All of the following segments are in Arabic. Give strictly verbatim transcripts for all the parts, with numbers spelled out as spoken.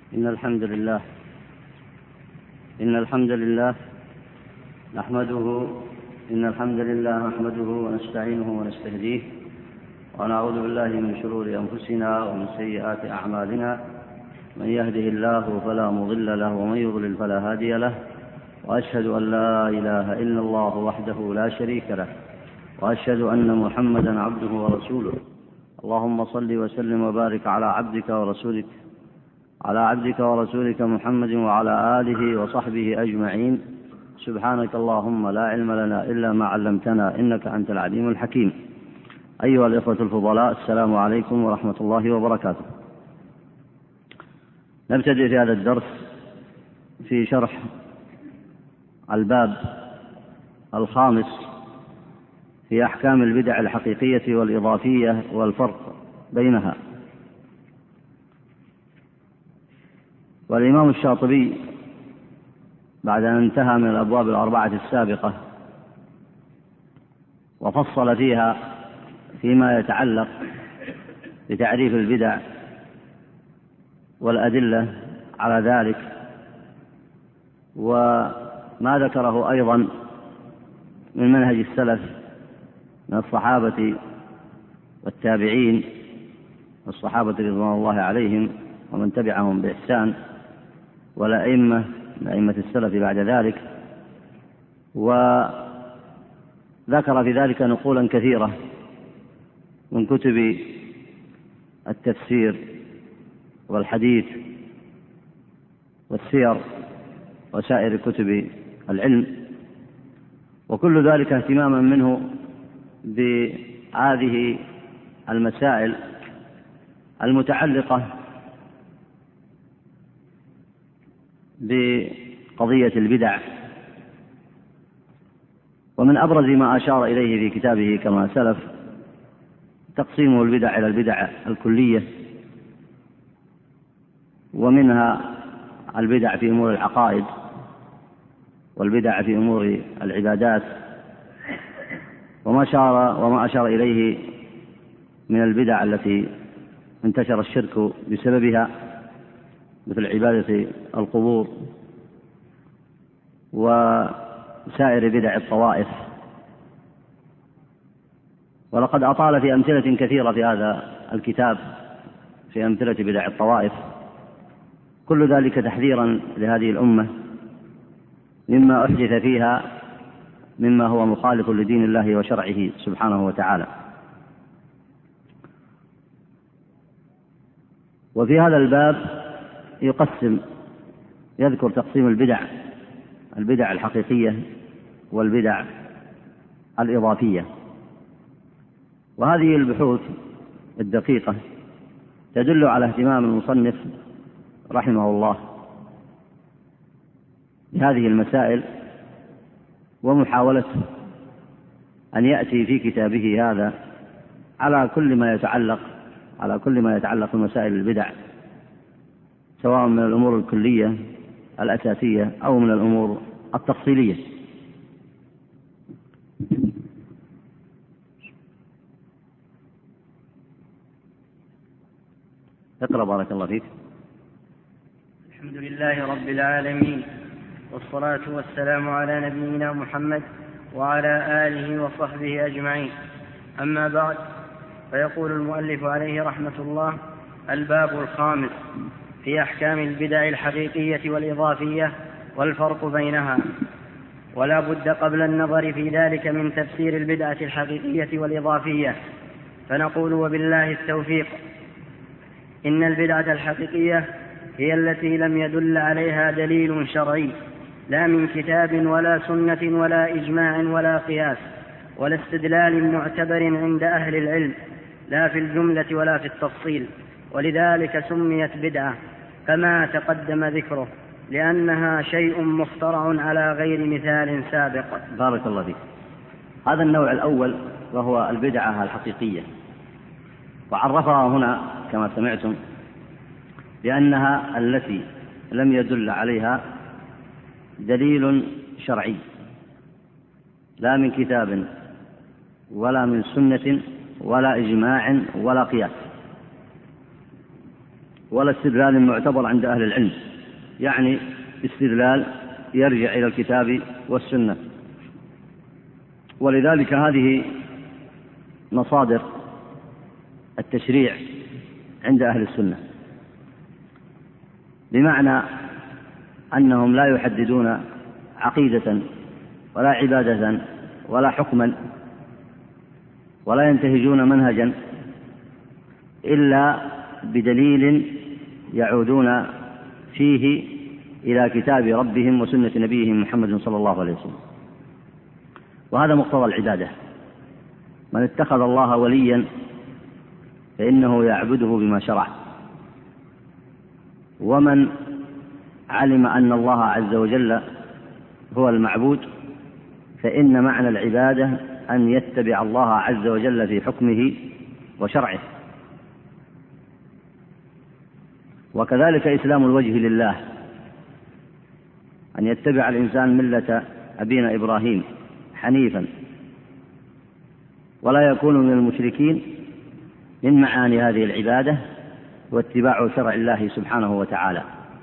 إن الحمد لله إن الحمد لله نحمده إن الحمد لله نحمده ونستعينه ونستهديه ونعوذ بالله من شرور أنفسنا ومن سيئات أعمالنا. من يهده الله فلا مضل له ومن يضلل فلا هادي له، وأشهد أن لا إله إلا الله وحده لا شريك له، وأشهد أن محمدا عبده ورسوله. اللهم صل وسلم وبارك على عبدك ورسولك على عبدك ورسولك محمد وعلى آله وصحبه أجمعين. سبحانك اللهم لا علم لنا إلا ما علمتنا إنك أنت العليم الحكيم. أيها الإخوة الفضلاء، السلام عليكم ورحمة الله وبركاته. نبتدئ في هذا الدرس في شرح الباب الخامس في أحكام البدع الحقيقية والإضافية والفرق بينها. والإمام الشاطبي بعد أن انتهى من الأبواب الأربعة السابقة وفصل فيها فيما يتعلق بتعريف البدع والأدلة على ذلك، وما ذكره أيضا من منهج السلف من الصحابة والتابعين والصحابة رضوان الله عليهم ومن تبعهم بإحسان والأئمة من أئمة السلف بعد ذلك، وذكر في ذلك نقولا كثيرة من كتب التفسير والحديث والسير وسائر كتب العلم، وكل ذلك اهتماما منه بهذه المسائل المتعلقة بقضية البدع. ومن أبرز ما أشار إليه في كتابه كما سلف تقسيم البدع إلى البدع الكلية، ومنها البدع في أمور العقائد والبدع في أمور العبادات، وما أشار وما أشار إليه من البدع التي انتشر الشرك بسببها مثل عبادة القبور وسائر بدع الطوائف. ولقد أطال في أمثلة كثيرة في هذا الكتاب في أمثلة بدع الطوائف، كل ذلك تحذيرا لهذه الأمة مما أحدث فيها مما هو مخالف لدين الله وشرعه سبحانه وتعالى. وفي هذا الباب يقسم يذكر تقسيم البدع البدع الحقيقية والبدع الإضافية. وهذه البحوث الدقيقة تدل على اهتمام المصنف رحمه الله بهذه المسائل، ومحاولة أن يأتي في كتابه هذا على كل ما يتعلق على كل ما يتعلق بمسائل البدع، سواء من الأمور الكلية الأساسية أو من الأمور التفصيلية. اقرأ بارك الله فيك. الحمد لله رب العالمين، والصلاة والسلام على نبينا محمد وعلى آله وصحبه أجمعين. أما بعد، فيقول المؤلف عليه رحمة الله: الباب الخامس في أحكام البدع الحقيقية والإضافية والفرق بينها. ولا بد قبل النظر في ذلك من تفسير البدعة الحقيقية والإضافية، فنقول وبالله التوفيق: إن البدعة الحقيقية هي التي لم يدل عليها دليل شرعي، لا من كتاب ولا سنة ولا إجماع ولا قياس ولا استدلال معتبر عند أهل العلم، لا في الجملة ولا في التفصيل، ولذلك سميت بدعة كما تقدم ذكره، لأنها شيء مخترع على غير مثال سابق. بارك الله فيك. هذا النوع الأول وهو البدعة الحقيقية، وعرفها هنا كما سمعتم بأنها التي لم يدل عليها دليل شرعي، لا من كتاب ولا من سنة ولا إجماع ولا قياس. ولا استدلال معتبر عند أهل العلم، يعني استدلال يرجع إلى الكتاب والسنة. ولذلك هذه مصادر التشريع عند أهل السنة، بمعنى أنهم لا يحددون عقيدة ولا عبادة ولا حكما ولا ينتهجون منهجا إلا بدليل يعودون فيه إلى كتاب ربهم وسنة نبيهم محمد صلى الله عليه وسلم. وهذا مقتضى العبادة. من اتخذ الله وليا فإنه يعبده بما شرع، ومن علم أن الله عز وجل هو المعبود فإن معنى العبادة أن يتبع الله عز وجل في حكمه وشرعه. وكذلك إسلام الوجه لله، أن يتبع الإنسان ملة أبينا إبراهيم حنيفا ولا يكون من المشركين، من معاني هذه العبادة واتباع شرع الله سبحانه وتعالى.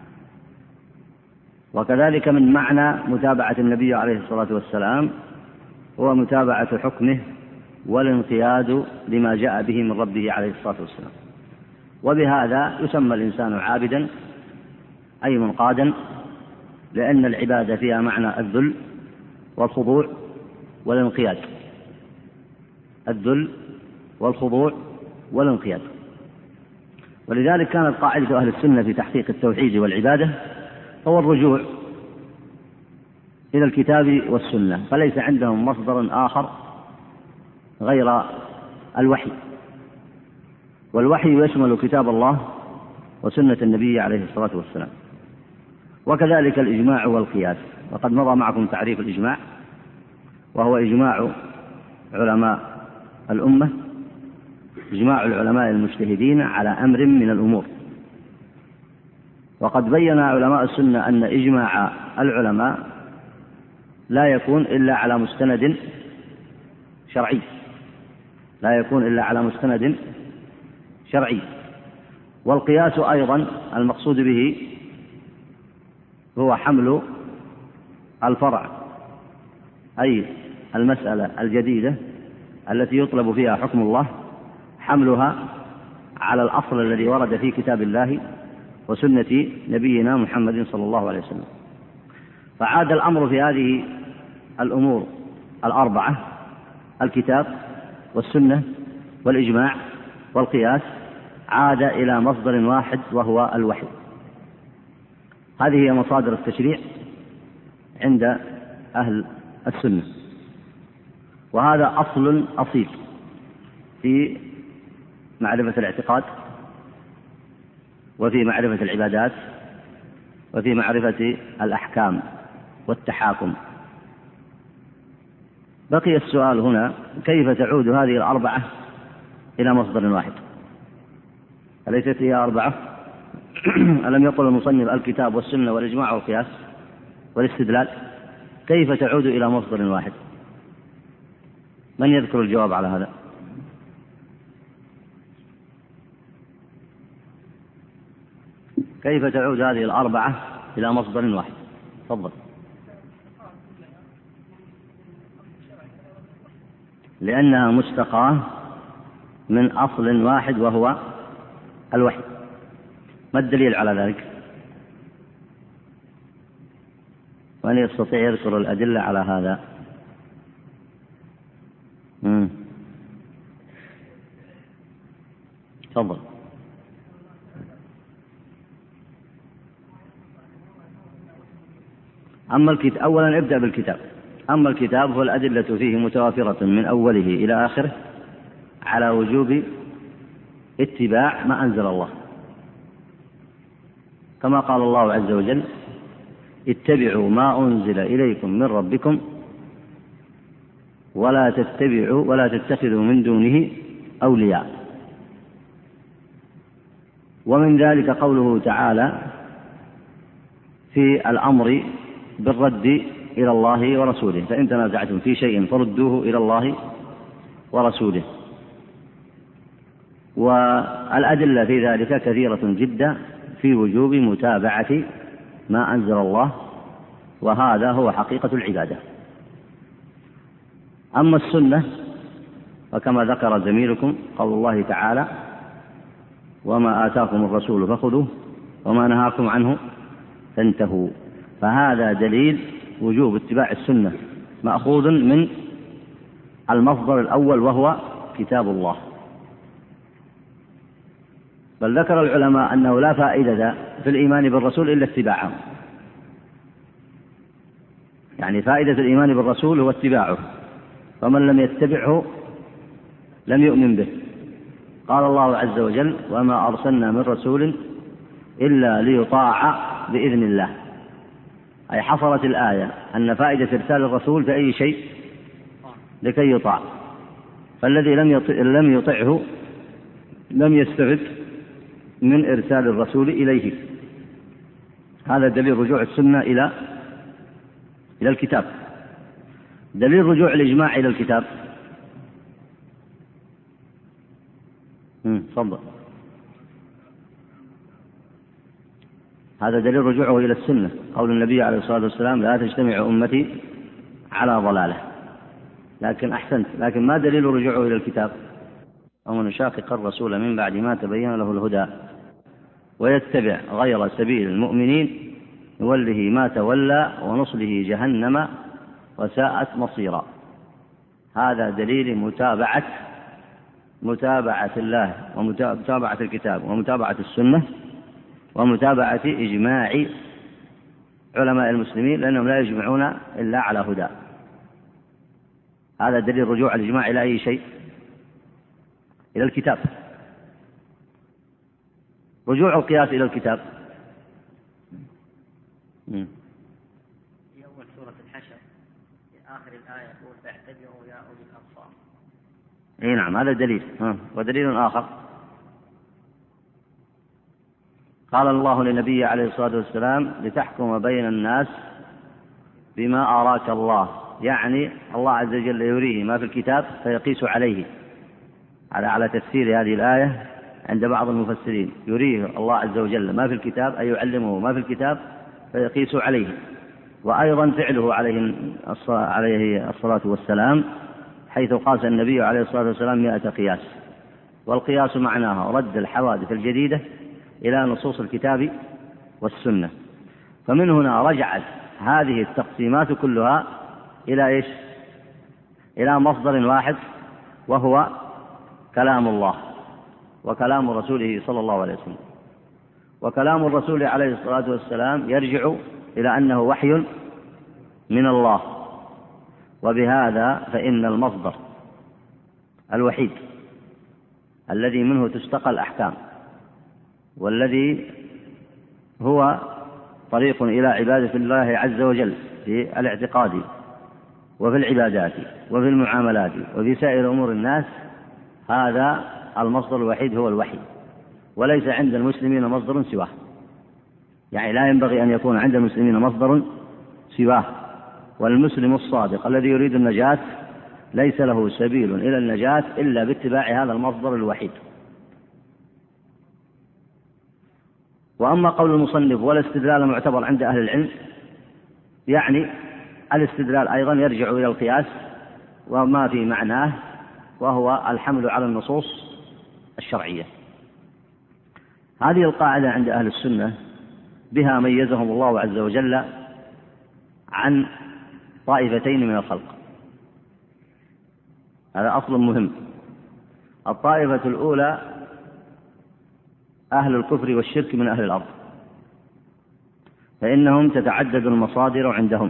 وكذلك من معنى متابعة النبي عليه الصلاة والسلام هو متابعة حكمه والانقياد لما جاء به من ربه عليه الصلاة والسلام. وبهذا يسمى الإنسان عابدا أي منقادا، لأن العبادة فيها معنى الذل والخضوع والانقياد، الذل والخضوع والانقياد. ولذلك كانت قاعدة أهل السنة في تحقيق التوحيد والعبادة هو الرجوع إلى الكتاب والسنة، فليس عندهم مصدر آخر غير الوحي، والوحي يشمل كتاب الله وسنة النبي عليه الصلاة والسلام. وكذلك الإجماع والقياس، وقد مضى معكم تعريف الإجماع، وهو إجماع علماء الأمة، إجماع العلماء المجتهدين على أمر من الأمور. وقد بين علماء السنة أن إجماع العلماء لا يكون إلا على مستند شرعي، لا يكون إلا على مستند شرعي. والقياس أيضا المقصود به هو حمل الفرع، أي المسألة الجديدة التي يطلب فيها حكم الله، حملها على الأصل الذي ورد في كتاب الله وسنة نبينا محمد صلى الله عليه وسلم. فعاد الأمر في هذه الأمور الأربعة، الكتاب والسنة والإجماع والقياس، عاد إلى مصدر واحد وهو الوحي. هذه هي مصادر التشريع عند أهل السنة، وهذا أصل أصيل في معرفة الاعتقاد وفي معرفة العبادات وفي معرفة الأحكام والتحاكم. بقي السؤال هنا: كيف تعود هذه الأربعة إلى مصدر واحد؟ أليست هي أربعة؟ ألم يقل المصنف الكتاب والسنة والإجماع والقياس والاستدلال؟ كيف تعود إلى مصدر واحد؟ من يذكر الجواب على هذا؟ كيف تعود هذه الأربعة إلى مصدر واحد؟ تفضل. لأنها مشتقة من أصل واحد وهو الوحي. ما الدليل على ذلك؟ من يستطيع يذكر الأدلة على هذا؟ مم. تفضل. أما الكتاب، أولا ابدأ بالكتاب. أما الكتاب هو الأدلة فيه متوافرة من أوله إلى آخره على وجوب اتباع ما أنزل الله، كما قال الله عز وجل: اتبعوا ما أنزل إليكم من ربكم ولا تتبعوا ولا تتخذوا من دونه أولياء. ومن ذلك قوله تعالى في الأمر بالرد إلى الله ورسوله: فإن تنازعتم في شيء فردوه إلى الله ورسوله. والأدلة في ذلك كثيرة جدا في وجوب متابعة ما أنزل الله، وهذا هو حقيقة العبادة. أما السنة فكما ذكر زميلكم قول الله تعالى: وما آتاكم الرسول فخذوه وما نهاكم عنه فانتهوا. فهذا دليل وجوب اتباع السنة، مأخوذ من المصدر الأول وهو كتاب الله. بل ذكر العلماء أنه لا فائدة في الإيمان بالرسول إلا اتباعه، يعني فائدة الإيمان بالرسول هو اتباعه، فمن لم يتبعه لم يؤمن به. قال الله عز وجل: وما أرسلنا من رسول إلا ليطاع بإذن الله. أي حصلت الآية أن فائدة إرسال الرسول في أي شيء؟ لكي يطاع. فالذي لم يطع لم يطعه لم يستفد من إرسال الرسول إليه. هذا دليل رجوع السنة إلى إلى الكتاب. دليل رجوع الإجماع إلى الكتاب. تفضل. هذا دليل رجوعه إلى السنة، قول النبي عليه الصلاة والسلام: لا تجتمع أمتي على ضلالة. لكن أحسنت، لكن ما دليل رجوعه إلى الكتاب؟ ومن يشاقق الرسول من بعد ما تبين له الهدى ويتبع غير سبيل المؤمنين نوله ما تولى ونصله جهنم وساءت مصيرا. هذا دليل متابعة متابعة الله ومتابعة الكتاب ومتابعة السنة ومتابعة إجماع علماء المسلمين، لأنهم لا يجمعون إلا على هدى. هذا دليل رجوع الإجماع إلى أي شيء؟ إلى الكتاب. رجوع القياس إلى الكتاب في أول سورة الحشر في آخر الآية يقول: فاعتبروا يا أولي الأبصار. أي نعم، هذا دليل. ها. ودليل آخر: قال الله للنبي عليه الصلاة والسلام: لتحكم بين الناس بما أراك الله. يعني الله عز وجل يريه ما في الكتاب فيقيس عليه، على على تفسير هذه الآية عند بعض المفسرين. يريه الله عز وجل ما في الكتاب أي يعلمه ما في الكتاب فيقيس عليه. وأيضا فعله عليه عليه الصلاة والسلام، حيث قاس النبي عليه الصلاة والسلام مئة قياس. والقياس معناها رد الحوادث الجديدة إلى نصوص الكتاب والسنة. فمن هنا رجعت هذه التقسيمات كلها إلى إيش؟ إلى مصدر واحد، وهو كلام الله وكلام رسوله صلى الله عليه وسلم. وكلام الرسول عليه الصلاة والسلام يرجع إلى أنه وحي من الله. وبهذا فإن المصدر الوحيد الذي منه تشتق الأحكام، والذي هو طريق إلى عبادة الله عز وجل في الاعتقاد وفي العبادات وفي المعاملات وفي سائر أمور الناس، هذا المصدر الوحيد هو الوحي، وليس عند المسلمين مصدر سواه. يعني لا ينبغي أن يكون عند المسلمين مصدر سواه. والمسلم الصادق الذي يريد النجاة ليس له سبيل إلى النجاة إلا باتباع هذا المصدر الوحيد. وأما قول المصنف: والاستدلال معتبر عند أهل العلم، يعني الاستدلال أيضا يرجع إلى القياس وما في معناه، وهو الحمل على النصوص الشرعية. هذه القاعدة عند أهل السنة بها ميزهم الله عز وجل عن طائفتين من الخلق. هذا أصل مهم. الطائفة الأولى أهل الكفر والشرك من أهل الأرض، فإنهم تتعدد المصادر عندهم،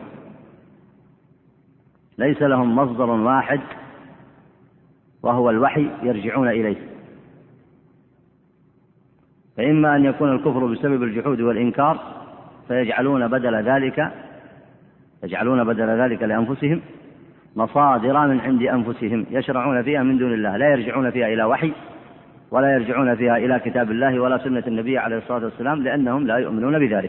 ليس لهم مصدر واحد وهو الوحي يرجعون إليه. فإما أن يكون الكفر بسبب الجحود والإنكار فيجعلون بدل ذلك يجعلون بدل ذلك لأنفسهم مصادر من عند أنفسهم يشرعون فيها من دون الله، لا يرجعون فيها إلى وحي ولا يرجعون فيها إلى كتاب الله ولا سنة النبي عليه الصلاة والسلام، لأنهم لا يؤمنون بذلك.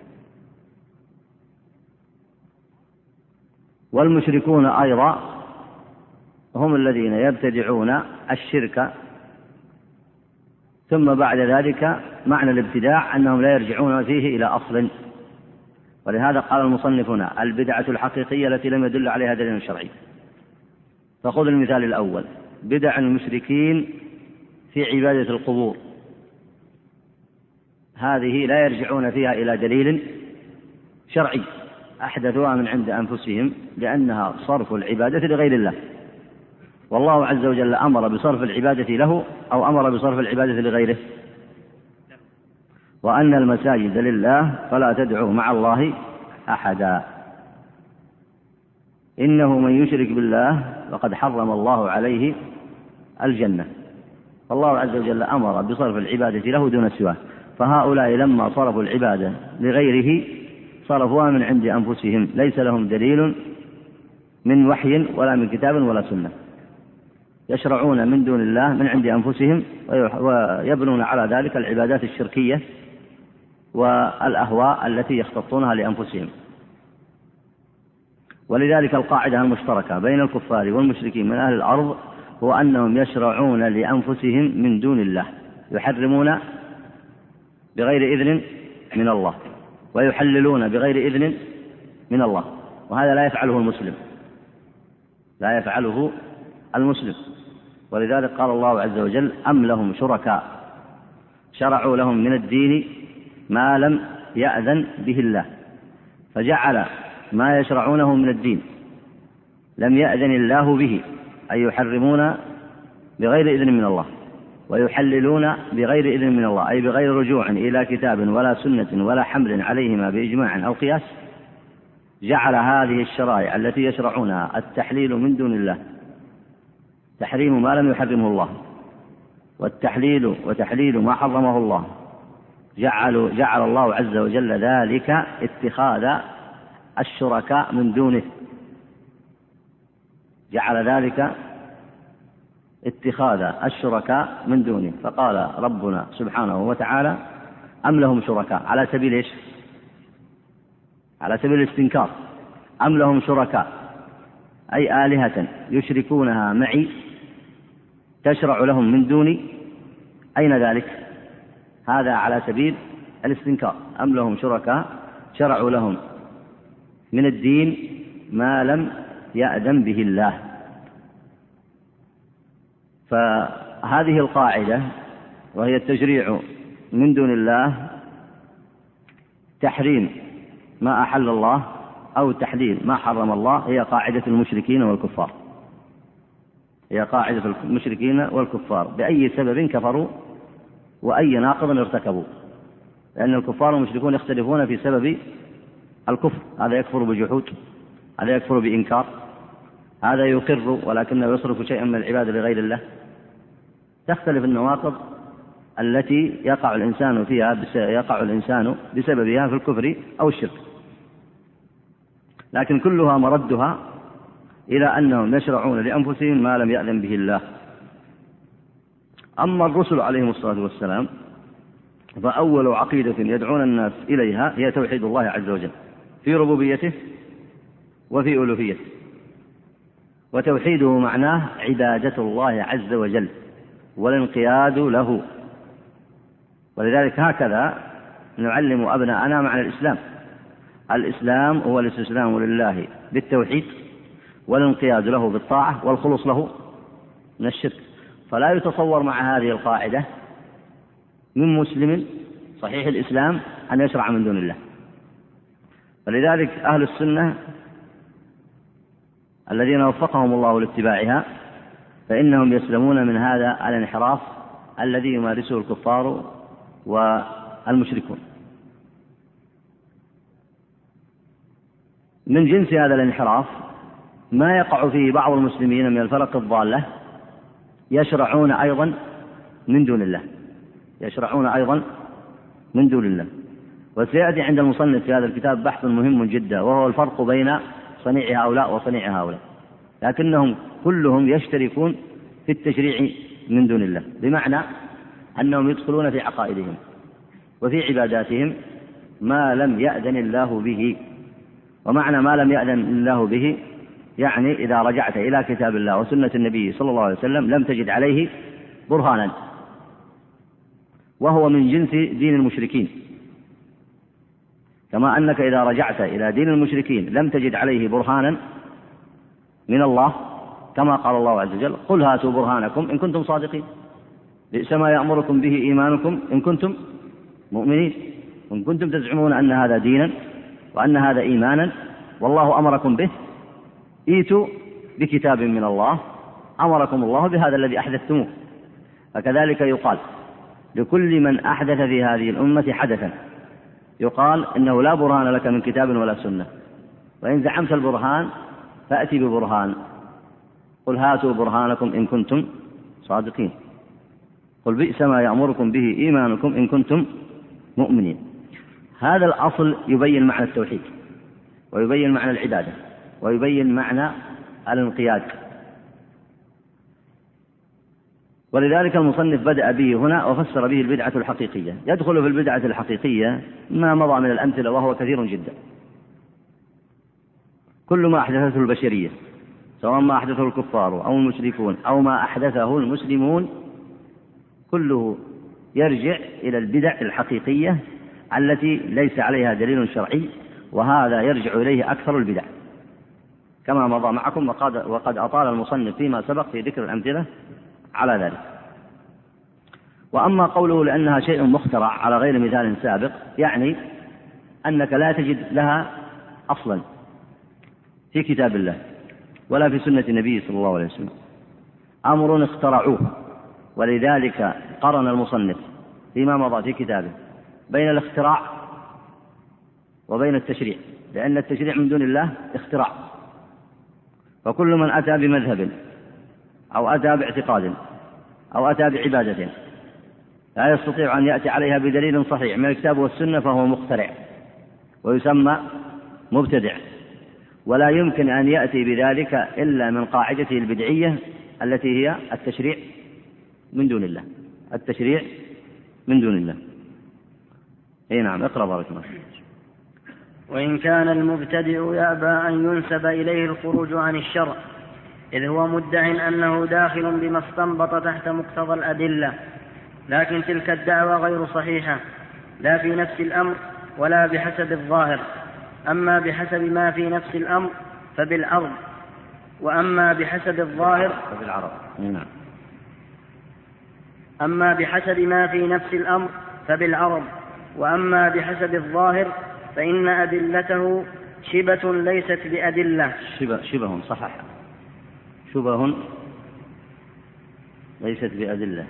والمشركون أيضا هم الذين يبتدعون الشرك ثم بعد ذلك معنى الابتداع أنهم لا يرجعون فيه إلى أصل. ولهذا قال المصنفون البدعة الحقيقية التي لم يدل عليها دليل شرعي. فخذ المثال الأول: بدع المشركين في عبادة القبور، هذه لا يرجعون فيها إلى دليل شرعي، أحدثوها من عند أنفسهم لأنها صرف العبادة لغير الله، والله عز وجل أمر بصرف العبادة له أو أمر بصرف العبادة لغيره. وأن المساجد لله فلا تدعوا مع الله أحدا، إنه من يشرك بالله فقد حرم الله عليه الجنة. فالله عز وجل أمر بصرف العبادة له دون سواه، فهؤلاء لما صرفوا العبادة لغيره صرفوها من عند أنفسهم، ليس لهم دليل من وحي ولا من كتاب ولا سنة، يشرعون من دون الله من عند أنفسهم ويبنون على ذلك العبادات الشركية والأهواء التي يختطونها لأنفسهم. ولذلك القاعدة المشتركة بين الكفار والمشركين من أهل الأرض هو أنهم يشرعون لأنفسهم من دون الله، يحرمون بغير إذن من الله ويحللون بغير إذن من الله، وهذا لا يفعله المسلم، لا يفعله المسلم. ولذلك قال الله عز وجل: أم لهم شركاء شرعوا لهم من الدين ما لم يأذن به الله، فجعل ما يشرعونه من الدين لم يأذن الله به، أي يحرمون بغير إذن من الله ويحللون بغير إذن من الله، أي بغير رجوع إلى كتاب ولا سنة ولا حمل عليهما بإجماع أو قياس. جعل هذه الشرائع التي يشرعونها التحليل من دون الله تحريم ما لم يحرمه الله، والتحليل وتحليل ما حرمه الله، جعل, جعل الله عز وجل ذلك اتخاذ الشركاء من دونه، جعل ذلك اتخاذ الشركاء من دونه. فقال ربنا سبحانه وتعالى: أم لهم شركاء، على سبيل إيش؟ على سبيل الاستنكار. أم لهم شركاء أي آلهة يشركونها معي تشرع لهم من دوني، أين ذلك؟ هذا على سبيل الاستنكار. أم لهم شركاء شرعوا لهم من الدين ما لم يأذن به الله. فهذه القاعدة وهي التشريع من دون الله، تحريم ما أحل الله أو تحليل ما حرم الله، هي قاعدة المشركين والكفار، هي قاعدة المشركين والكفار بأي سبب كفروا وأي ناقض ارتكبوا، لأن الكفار والمشركون يختلفون في سبب الكفر، هذا يكفر بجحود، هذا يكفر بإنكار، هذا يقر ولكنه يصرف شيئا من العبادة لغير الله. تختلف النواقض التي يقع الإنسان فيها يقع الإنسان بسببها في الكفر أو الشرك، لكن كلها مردها إلى أنهم يشرعون لأنفسهم ما لم يأذن به الله. أما الرسل عليهم الصلاة والسلام فأول عقيدة يدعون الناس إليها هي توحيد الله عز وجل في ربوبيته وفي ألوهيته، وتوحيده معناه عبادة الله عز وجل والانقياد له. ولذلك هكذا نعلم أبناءنا معنى الإسلام. الإسلام هو الاستسلام لله بالتوحيد والانقياد له بالطاعة والخلوص له من الشرك. فلا يتصور مع هذه القاعدة من مسلم صحيح الإسلام أن يشرع من دون الله. فلذلك أهل السنة الذين وفقهم الله لاتباعها فإنهم يسلمون من هذا الانحراف الذي يمارسه الكفار والمشركون. من جنس هذا الانحراف ما يقع فيه بعض المسلمين من الفرق الضالة، يشرعون أيضا من دون الله يشرعون أيضا من دون الله وسيأتي عند المصنف في هذا الكتاب بحث مهم جدا، وهو الفرق بين صنيع هؤلاء وصنيع هؤلاء، لكنهم كلهم يشتركون في التشريع من دون الله، بمعنى أنهم يدخلون في عقائدهم وفي عباداتهم ما لم يأذن الله به. ومعنى ما لم يأذن الله به يعني إذا رجعت إلى كتاب الله وسنة النبي صلى الله عليه وسلم لم تجد عليه برهانا، وهو من جنس دين المشركين، كما أنك إذا رجعت إلى دين المشركين لم تجد عليه برهانا من الله، كما قال الله عز وجل: قل هاتوا برهانكم إن كنتم صادقين، بئس ما يأمركم به إيمانكم إن كنتم مؤمنين، إن كنتم تزعمون أن هذا دينا وأن هذا إيمانا والله أمركم به، ائتوا بكتاب من الله أمركم الله بهذا الذي أحدثتموه. فكذلك يقال لكل من أحدث في هذه الأمة حدثا، يقال إنه لا برهان لك من كتاب ولا سنة، وإن زعمت البرهان فأتي ببرهان، قل هاتوا برهانكم إن كنتم صادقين، قل بئس ما يأمركم به إيمانكم إن كنتم مؤمنين. هذا الأصل يبين معنى التوحيد، ويبين معنى العبادة، ويبين معنى الانقياد. ولذلك المصنف بدأ به هنا وفسر به البدعة الحقيقية. يدخل في البدعة الحقيقية ما مضى من الأمثلة وهو كثير جدا، كل ما أحدثته البشرية، سواء ما أحدثه الكفار أو المشركون أو ما أحدثه المسلمون، كله يرجع إلى البدع الحقيقية التي ليس عليها دليل شرعي، وهذا يرجع إليه أكثر البدع كما مضى معكم، وقد, وقد أطال المصنف فيما سبق في ذكر الأمثلة على ذلك. وأما قوله لأنها شيء مخترع على غير مثال سابق، يعني أنك لا تجد لها أصلا في كتاب الله ولا في سنة النبي صلى الله عليه وسلم، أمر اخترعوه. ولذلك قرن المصنف فيما مضى في كتابه بين الاختراع وبين التشريع، لأن التشريع من دون الله اختراع، فكل من أتى بمذهب أو أتى باعتقاد أو أتى بعبادة لا يستطيع أن يأتي عليها بدليل صحيح من الكتاب والسنة فهو مخترع ويسمى مبتدع، ولا يمكن أن يأتي بذلك إلا من قاعدته البدعية التي هي التشريع من دون الله، التشريع من دون الله. أي نعم، اقرأ بارك الله. وإن كان المبتدع يأبى أن ينسب إليه الخروج عن الشرع، إذ هو مدع أنه داخل بما استنبط تحت مقتضى الأدلة، لكن تلك الدعوة غير صحيحة، لا في نفس الأمر ولا بحسب الظاهر. أما بحسب ما في نفس الأمر فبالعرض، وأما بحسب الظاهر فبالعرض. نعم. أما بحسب ما في نفس الأمر فبالعرض، وأما بحسب الظاهر فإن أدلته شبة ليست بأدلة. شبه, شبه صحح، شبه ليست بأدلة.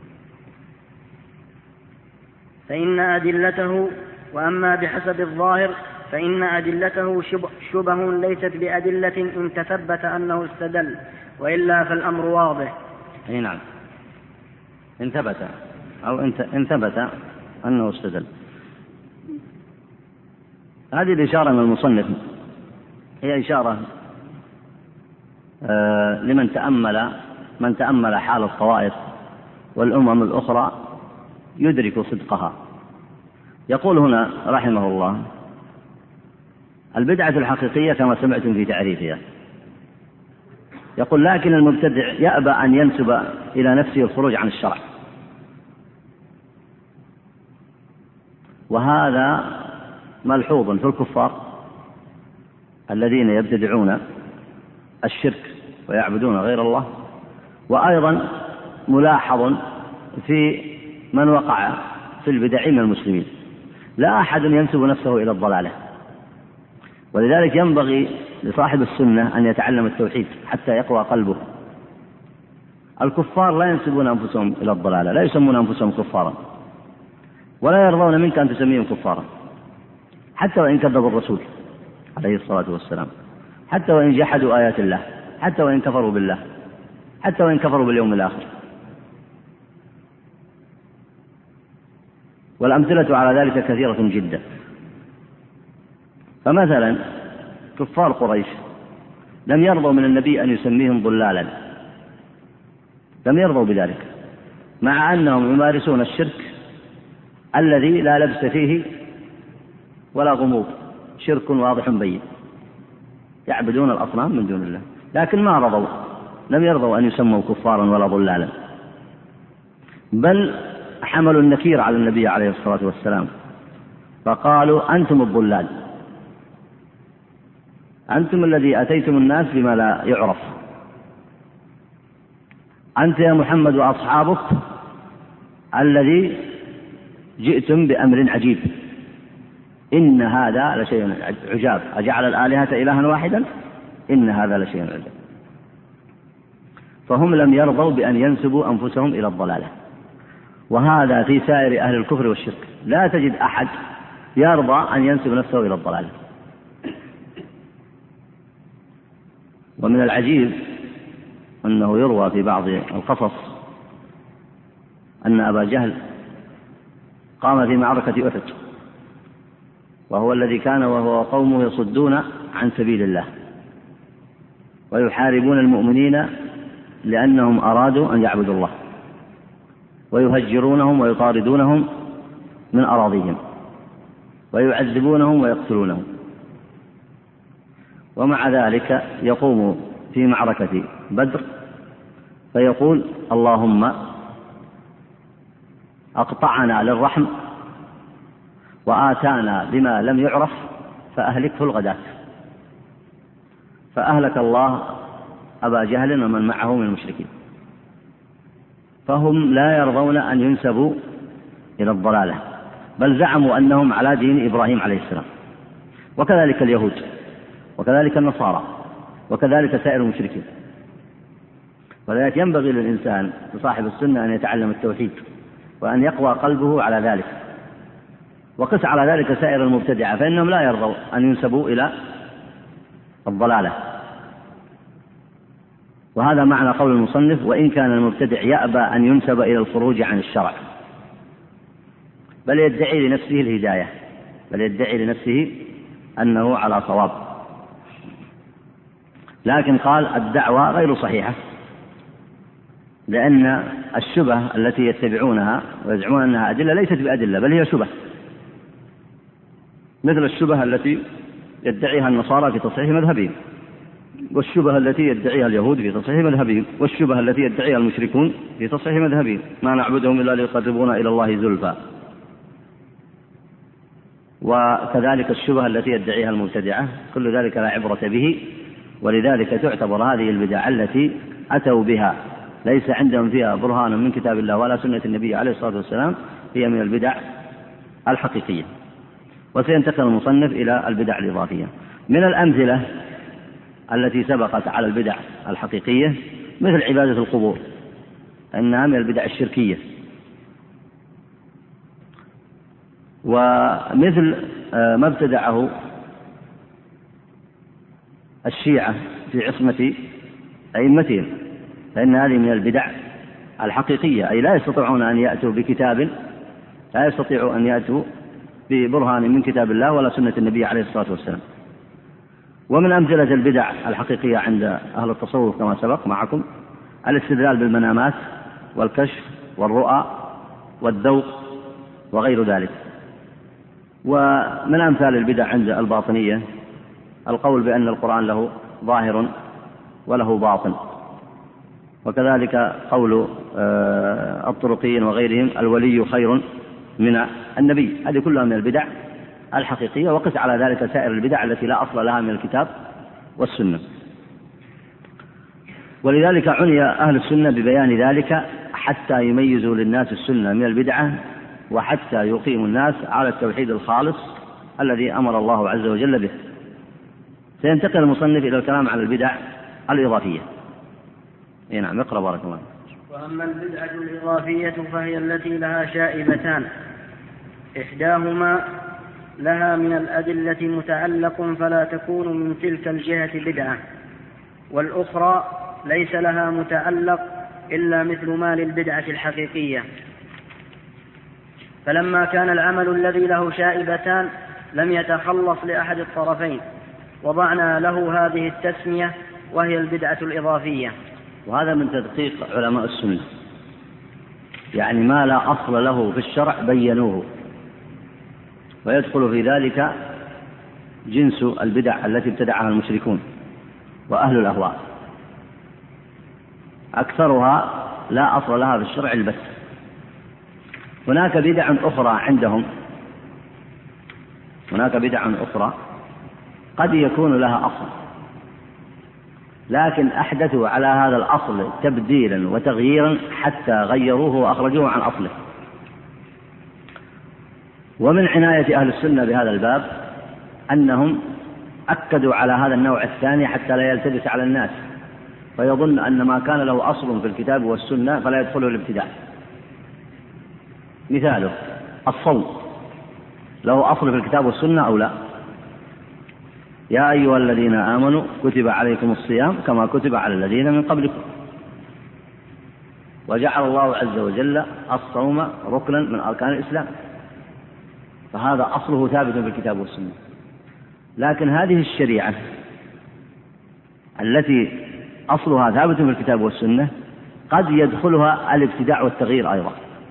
فإن أدلته وأما بحسب الظاهر فإن أدلته شبه ليست بأدلة إن تثبت أنه استدل، وإلا فالأمر واضح. أي نعم، إن ثبت أو إن ثبت أنه استدل. هذه الإشارة من المصنف هي إشارة آه لمن تأمل من تأمل حال الطوائف والأمم الأخرى يدرك صدقها. يقول هنا رحمه الله: البدعة الحقيقية كما سمعتم في تعريفها، يقول: لكن المبتدع يأبى أن ينسب إلى نفسه الخروج عن الشرع، وهذا ملحوظ في الكفار الذين يبتدعون الشرك ويعبدون غير الله، وأيضا ملاحظ في من وقع في البدع من المسلمين. لا أحد ينسب نفسه إلى الضلالة، ولذلك ينبغي لصاحب السنة أن يتعلم التوحيد حتى يقوى قلبه. الكفار لا ينسبون أنفسهم إلى الضلالة، لا يسمون أنفسهم كفارا، ولا يرضون منك أن تسميهم كفارا، حتى وإن كذبوا الرسول عليه الصلاة والسلام، حتى وإن جحدوا آيات الله، حتى وإن كفروا بالله، حتى وإن كفروا باليوم الآخر. والأمثلة على ذلك كثيرة جدا. فمثلا كفار قريش لم يرضوا من النبي أن يسميهم ضلالا، لم يرضوا بذلك، مع أنهم يمارسون الشرك الذي لا لبس فيه ولا غموض، شرك واضح بين، يعبدون الأصنام من دون الله، لكن ما رضوا، لم يرضوا أن يسموا كفارا ولا ضلالا، بل حملوا النكير على النبي عليه الصلاة والسلام فقالوا أنتم الضلال، أنتم الذي أتيتم الناس بما لا يعرف، أنت يا محمد وأصحابك الذي جئتم بأمر عجيب، إن هذا لشيء عجاب، أجعل الآلهة إلها واحدا إن هذا لشيء عجاب. فهم لم يرضوا بأن ينسبوا أنفسهم إلى الضلالة، وهذا في سائر أهل الكفر والشرك، لا تجد أحد يرضى أن ينسب نفسه إلى الضلالة. ومن العجيب أنه يروى في بعض القصص أن أبا جهل قام في معركة أحد، وهو الذي كان وهو قومه يصدون عن سبيل الله ويحاربون المؤمنين لأنهم أرادوا أن يعبدوا الله، ويهجرونهم ويطاردونهم من أراضيهم ويعذبونهم ويقتلونهم، ومع ذلك يقوم في معركة بدر فيقول اللهم أقطعنا للرحم وآتانا بما لم يعرف فأهلكه الغداة، فأهلك الله أبا جهل ومن معه من المشركين. فهم لا يرضون أن ينسبوا إلى الضلالة، بل زعموا أنهم على دين إبراهيم عليه السلام، وكذلك اليهود وكذلك النصارى وكذلك سائر المشركين. ولذلك ينبغي للإنسان لصاحب السنة أن يتعلم التوحيد وأن يقوى قلبه على ذلك، وقس على ذلك سائر المبتدعة فإنهم لا يرضوا أن ينسبوا إلى الضلالة. وهذا معنى قول المصنف وإن كان المبتدع يأبى أن ينسب إلى الخروج عن الشرع، بل يدعي لنفسه الهداية، بل يدعي لنفسه أنه على صواب. لكن قال الدعوة غير صحيحة، لأن الشبه التي يتبعونها ويزعمون أنها أدلة ليست بأدلة بل هي شبه، مثل الشبه التي يدعيها النصارى في تصحيح مذهبهم، والشبه التي يدعيها اليهود في تصحيح مذهبهم، والشبه التي يدعيها المشركون في تصحيح مذهبهم، ما نعبدهم إلا ليقربونا إلى الله زلفى. وكذلك الشبه التي يدعيها المبتدعة، كل ذلك لا عبرة به، ولذلك تعتبر هذه البدع التي أتوا بها ليس عندهم فيها برهان من كتاب الله ولا سنة النبي عليه الصلاة والسلام، هي من البدع الحقيقية. وسينتقل المصنف إلى البدع الإضافية. من الأمثلة التي سبقت على البدع الحقيقية مثل عبادة القبور، أنها من البدع الشركية، ومثل ما ابتدعه الشيعة في عصمة أئمتهم، فإن هذه من البدع الحقيقية، أي لا يستطيعون أن يأتوا بكتاب، لا يستطيعوا أن يأتوا ببرهان من كتاب الله ولا سنة النبي عليه الصلاة والسلام. ومن أمثلة البدع الحقيقية عند أهل التصوف كما سبق معكم الاستدلال بالمنامات والكشف والرؤى والذوق وغير ذلك. ومن أمثال البدع عند الباطنية القول بأن القرآن له ظاهر وله باطن، وكذلك قول الطرقيين وغيرهم الولي خير من النبي. هذه كلها من البدع الحقيقية، وقس على ذلك سائر البدع التي لا أصل لها من الكتاب والسنة. ولذلك عني أهل السنة ببيان ذلك حتى يميزوا للناس السنة من البدعة، وحتى يقيموا الناس على التوحيد الخالص الذي أمر الله عز وجل به. سينتقل المصنف إلى الكلام على البدع الإضافية. إيه نعم، اقرأ بارك الله. وأما البدعة الإضافية فهي التي لها شائبتان، إحداهما لها من الأدلة متعلق فلا تكون من تلك الجهة بدعة، والأخرى ليس لها متعلق إلا مثل ما للبدعة الحقيقية. فلما كان العمل الذي له شائبتان لم يتخلص لأحد الطرفين وضعنا له هذه التسمية وهي البدعة الإضافية. وهذا من تدقيق علماء السنة، يعني ما لا أصل له في الشرع بينوه، ويدخل في ذلك جنس البدع التي ابتدعها المشركون وأهل الأهواء، أكثرها لا أصل لها في الشرع البت، هناك بدع أخرى عندهم، هناك بدع أخرى قد يكون لها أصل، لكن أحدثوا على هذا الأصل تبديلا وتغييرا حتى غيروه وأخرجوه عن أصله. ومن عناية أهل السنة بهذا الباب أنهم أكدوا على هذا النوع الثاني حتى لا يلتبس على الناس فيظن أن ما كان له أصل في الكتاب والسنة فلا يدخله الابتداع. مثاله الصوم، له أصل في الكتاب والسنة أو لا؟ يا أيها الذين آمنوا كتب عليكم الصيام كما كتب على الذين من قبلكم، وجعل الله عز وجل الصوم ركنا من أركان الإسلام، فهذا أصله ثابت في الكتاب والسنة. لكن هذه الشريعة التي أصلها ثابت في الكتاب والسنة قد يدخلها الابتداع والتغيير أيضا.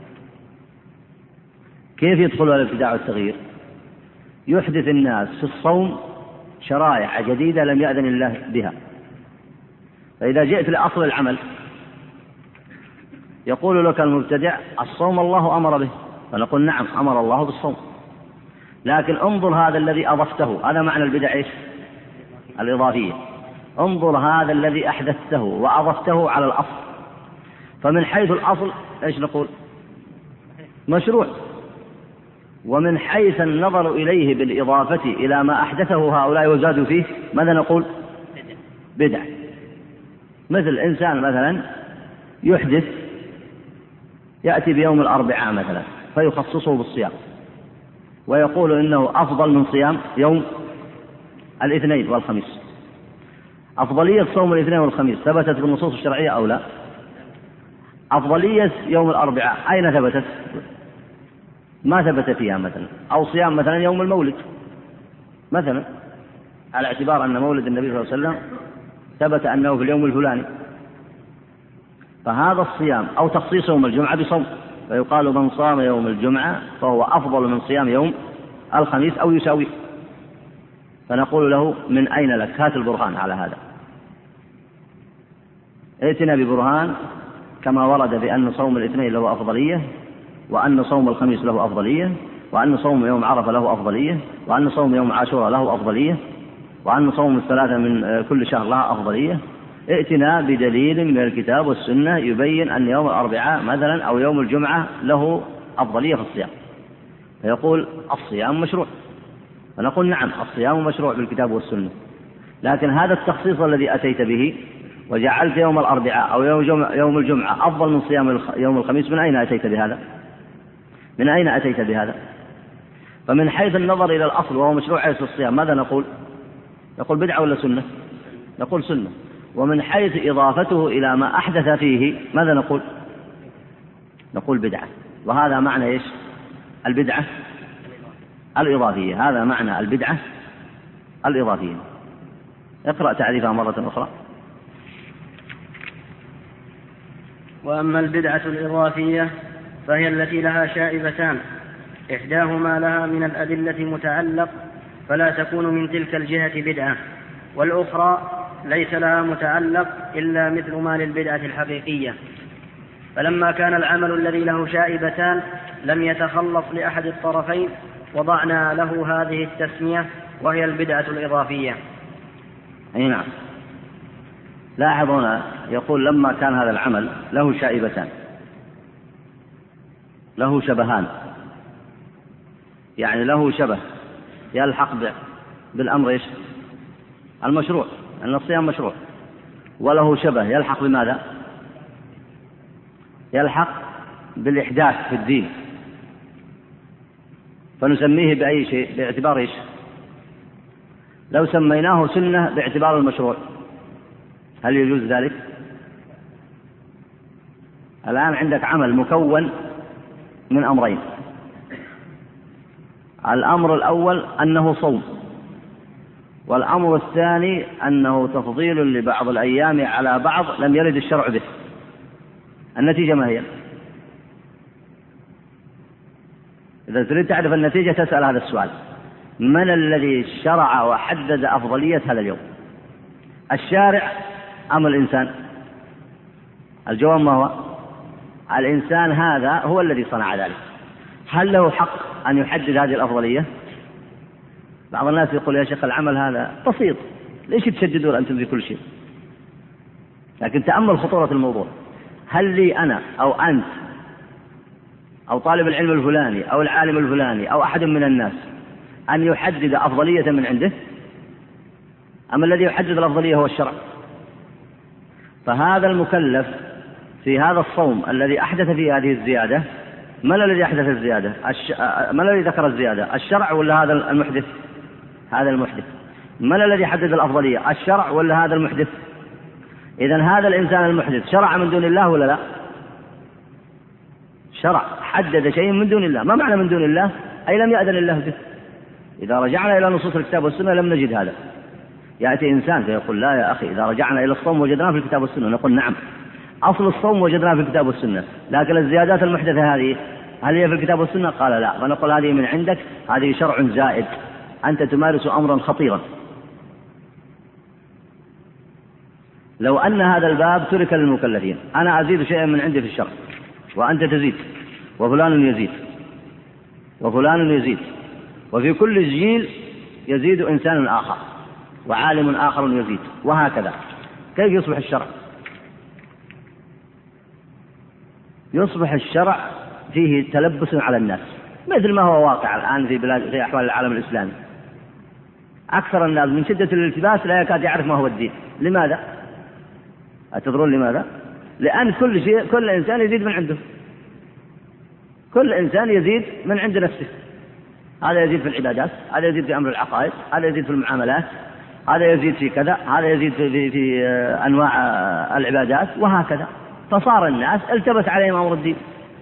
كيف يدخلها الابتداع والتغيير؟ يحدث الناس في الصوم شرائع جديدة لم يأذن الله بها، فإذا جئت لأصل العمل يقول لك المبتدع الصوم الله أمر به، فنقول نعم أمر الله بالصوم، لكن انظر هذا الذي أضفته، هذا معنى البدع إيش؟ الإضافية. انظر هذا الذي أحدثته وأضفته على الأصل، فمن حيث الأصل إيش نقول؟ مشروع. ومن حيث النظر إليه بالإضافة إلى ما أحدثه هؤلاء وزادوا فيه ماذا نقول؟ بدع. مثل إنسان مثلا يحدث يأتي بيوم الأربعاء مثلا فيخصصه بالصيام ويقول إنه أفضل من صيام يوم الاثنين والخميس. أفضلية صوم الاثنين والخميس ثبتت بالنصوص الشرعية أو لا؟ أفضلية يوم الأربعاء أين ثبتت؟ ما ثبت فيها مثلا. أو صيام مثلا يوم المولد مثلا، على اعتبار أن مولد النبي صلى الله عليه وسلم ثبت أنه في اليوم الفلاني، فهذا الصيام. أو تخصيص يوم الجمعة بصوم، فيقال من صام يوم الجمعة فهو أفضل من صيام يوم الخميس أو يساويه، فنقول له من أين لك؟ هات البرهان على هذا، ائتنا ببرهان كما ورد بأن صوم الاثنين له أفضلية، وأن صوم الخميس له أفضلية، وأن صوم يوم عرفة له أفضلية، وأن صوم يوم عاشوراء له أفضلية، وأن صوم الثلاثة من كل شهر لها أفضلية. ائتنا بدليل من الكتاب والسنة يبين أن يوم الأربعاء مثلا أو يوم الجمعة له أفضلية في الصيام، فيقول الصيام مشروع، فنقول نعم الصيام مشروع بالكتاب والسنة، لكن هذا التخصيص الذي أتيت به وجعلت يوم الأربعاء أو يوم الجمعة أفضل من صيام يوم الخميس، من أين أتيت بهذا؟ من أين أتيت بهذا؟ فمن حيث النظر إلى الأصل وهو مشروع حيث الصيام ماذا نقول؟ نقول بدعة ولا سنة؟ نقول سنة. ومن حيث إضافته إلى ما أحدث فيه ماذا نقول؟ نقول بدعة. وهذا معنى إيش؟ البدعة الإضافية. هذا معنى البدعة الإضافية. اقرأ تعريفها مرة أخرى. وأما البدعة الإضافية فهي التي لها شائبتان، إحداهما لها من الأدلة متعلق فلا تكون من تلك الجهة بدعة، والأخرى ليس لها متعلق إلا مثل ما للبدعة الحقيقية. فلما كان العمل الذي له شائبتان لم يتخلص لأحد الطرفين وضعنا له هذه التسمية وهي البدعة الإضافية. أي نعم. لاحظ هنا يقول لما كان هذا العمل له شائبتان، له شبهان، يعني له شبه يلحق بالأمر إيش؟ المشروع، أن الصيام مشروع، وله شبه يلحق بماذا؟ يلحق بالإحداث في الدين، فنسميه بأي شيء؟ باعتبار إيش؟ لو سميناه سنة باعتبار المشروع هل يجوز ذلك؟ الآن عندك عمل مكون من أمرين، الأمر الأول أنه صوم، والأمر الثاني أنه تفضيل لبعض الأيام على بعض لم يرد الشرع به. النتيجة ما هي؟ إذا تريد تعرف النتيجة تسأل هذا السؤال: من الذي شرع وحدد أفضلية هذا اليوم؟ الشارع أم الإنسان؟ الجواب ما هو؟ الإنسان هذا هو الذي صنع ذلك، هل له حق أن يحدد هذه الأفضلية؟ بعض الناس يقول يا شيخ العمل هذا بسيط، ليش تشددون أنتم في كل شيء؟ لكن تأمل خطورة الموضوع. هل لي أنا أو أنت أو طالب العلم الفلاني أو العالم الفلاني أو أحد من الناس أن يحدد أفضلية من عنده؟ أما الذي يحدد الأفضلية هو الشرع. فهذا المكلف في هذا الصوم الذي أحدث فيه هذه الزيادة، من الذي أحدث الزيادة؟ الش... من الذي ذكر الزيادة؟ الشرع ولا هذا المحدث؟ هذا المحدث. من الذي حدد الأفضلية؟ الشرع ولا هذا المحدث؟ إذن هذا الإنسان المحدث شرع من دون الله ولا لا؟ شرع، حدد شيء من دون الله. ما معنى من دون الله؟ أي لم يأذن الله به. إذا رجعنا إلى نصوص الكتاب والسنة لم نجد هذا. يأتي إنسان فيقول لا يا أخي إذا رجعنا إلى الصوم وجدناه في الكتاب والسنة، نقول نعم أصل الصوم وجدناه في الكتاب والسنة، لكن الزيادات المحدثة هذه هل هي في الكتاب والسنة؟ قال لا. فنقول هذه من عندك، هذه شرع زائد، أنت تمارس أمرا خطيرا. لو أن هذا الباب ترك للمكلفين، أنا أزيد شيئا من عندي في الشرع وأنت تزيد وفلان يزيد وفلان يزيد، وفي كل جيل يزيد إنسان آخر وعالم آخر يزيد، وهكذا، كيف يصبح الشرع؟ يصبح الشرع فيه تلبس على الناس، مثل ما هو واقع الآن في بلاد في أحوال العالم الإسلامي. أكثر الناس من شدة الالتباس لا يكاد يعرف ما هو الدين. لماذا؟ أتدرون لماذا؟ لأن كل شيء كل إنسان يزيد من عنده، كل إنسان يزيد من عند نفسه. هذا يزيد في العبادات، هذا يزيد في أمر العقائد، هذا يزيد في المعاملات، هذا يزيد في كذا، هذا يزيد في, في أنواع العبادات، وهكذا. فصار الناس التبس عليهم أمر الدين.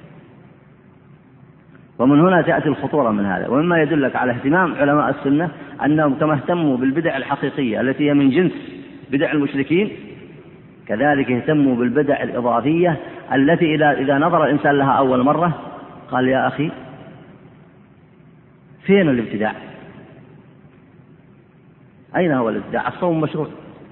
ومن هنا تأتي الخطورة من هذا. ومما يدلك على اهتمام علماء السنة أنهم كما اهتموا بالبدع الحقيقية التي هي من جنس بدع المشركين، كذلك اهتموا بالبدع الإضافية التي إذا, إذا نظر الإنسان لها أول مرة قال يا أخي فين الابتداع؟ أين هو الابتداع؟ الصوم مشروع.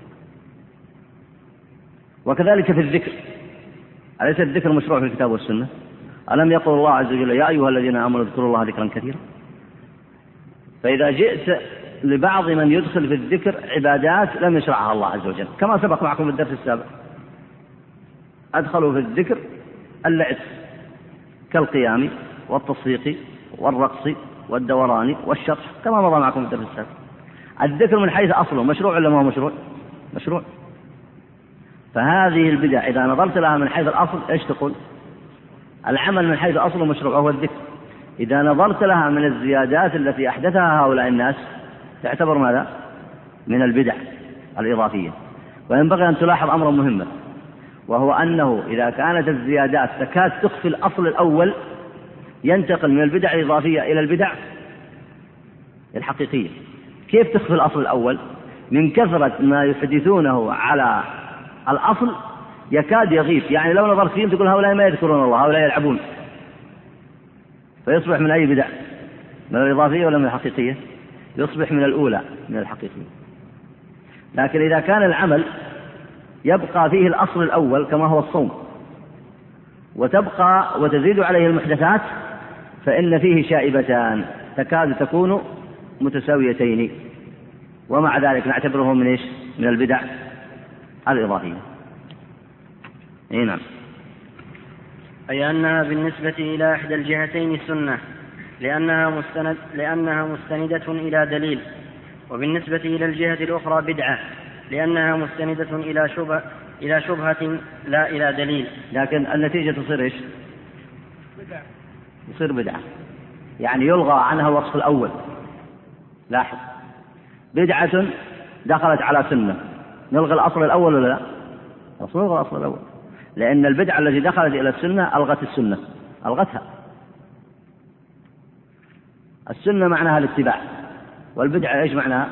وكذلك في الذكر، أليس الذكر مشروع في الكتاب والسنة؟ ألم يقل الله عز وجل يا أيها الذين آمنوا اذكروا الله ذكرا كثيرا؟ فإذا جئت لبعض من يدخل في الذكر عبادات لم يشرعها الله عز وجل، كما سبق معكم في الدرس السابق، أدخلوا في الذكر اللعب كالقيام والتصفيق والرقص والدوران والشطح، كما مضى معكم في الدرس السابق. الذكر من حيث أصله مشروع ولا ما هو مشروع؟ مشروع. فهذه البدع إذا نظرت لها من حيث الأصل إيش تقول؟ العمل من حيث أصله مشروع وهو الذكر. إذا نظرت لها من الزيادات التي أحدثها هؤلاء الناس تعتبر ماذا؟ من البدع الإضافية. وينبغي أن تلاحظ أمرا مهما، وهو أنه إذا كانت الزيادات تكاد تخفي الأصل الأول ينتقل من البدع الإضافية إلى البدع الحقيقية. كيف تخفي الأصل الأول؟ من كثرة ما يحدثونه على الأصل يكاد يغيب. يعني لو نظرت فيهم تقول هؤلاء ما يذكرون الله، هؤلاء يلعبون، فيصبح من أي بدع؟ من الإضافية ولا من الحقيقية؟ يصبح من الأولى، من الحقيقية. لكن إذا كان العمل يبقى فيه الأصل الأول كما هو الصوم، وتبقى وتزيد عليه المحدثات، فإن فيه شائبتان تكاد تكون متساويتين، ومع ذلك نعتبره من إيش؟ من البدع الإضافية. أي نعم. أي أنها بالنسبة إلى إحدى الجهتين سنة لأنها, مستند لأنها مستندة إلى دليل، وبالنسبة إلى الجهة الأخرى بدعة لأنها مستندة إلى شبهة, إلى شبهة لا إلى دليل. لكن النتيجة تصير إيش؟ بدعة. تصير بدعة، يعني يلغى عنها الوصف الأول. لاحظ، بدعة دخلت على سنة، نلغي الأصل الأول ولا لا؟ نلغي الأصل الأول، لأن البدعة التي دخلت إلى السنة ألغت السنة، ألغتها. السنة معناها الاتباع، والبدعة إيش معناها؟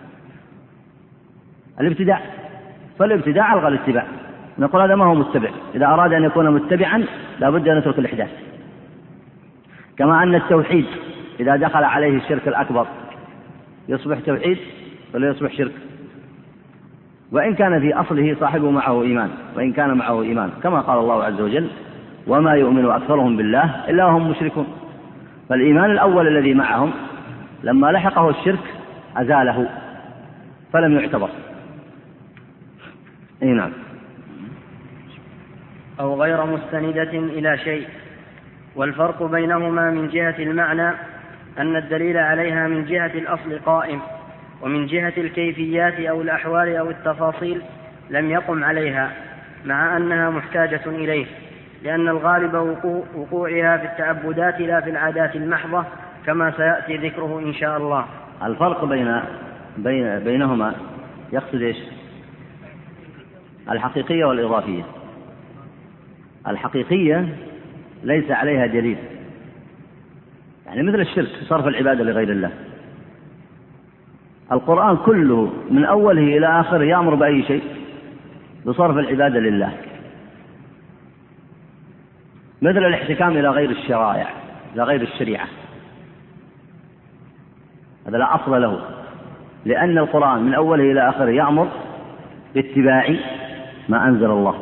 الابتداع. فالابتداع ألغى الاتباع، نقول هذا ما هو متبع. إذا أراد أن يكون متبعا لابد أن يترك الإحداث. كما أن التوحيد إذا دخل عليه الشرك الأكبر يصبح توحيد ولا يصبح شرك؟ وإن كان في أصله صاحبه معه إيمان، وإن كان معه إيمان، كما قال الله عز وجل وما يؤمن أكثرهم بالله إلا هم مشركون. فالإيمان الأول الذي معهم لما لحقه الشرك أزاله فلم يعتبر. أي نعم. أو غير مستندة إلى شيء. والفرق بينهما من جهة المعنى أن الدليل عليها من جهة الأصل قائم، ومن جهة الكيفيات أو الأحوال أو التفاصيل لم يقم عليها، مع أنها محتاجة إليه، لأن الغالب وقوعها في التعبدات لا في العادات المحضة، كما سيأتي ذكره إن شاء الله. الفرق بين بين بينهما يقصد إيش؟ الحقيقية والإضافية. الحقيقية ليس عليها دليل، يعني مثل الشرك، صرف العبادة لغير الله. القرآن كله من أوله إلى آخره يأمر بأي شيء؟ بصرف العبادة لله. مثل الاحتكام إلى غير الشرائع، إلى غير الشريعة، هذا لا أصل له، لأن القرآن من أوله إلى آخره يأمر باتباع ما أنزل الله.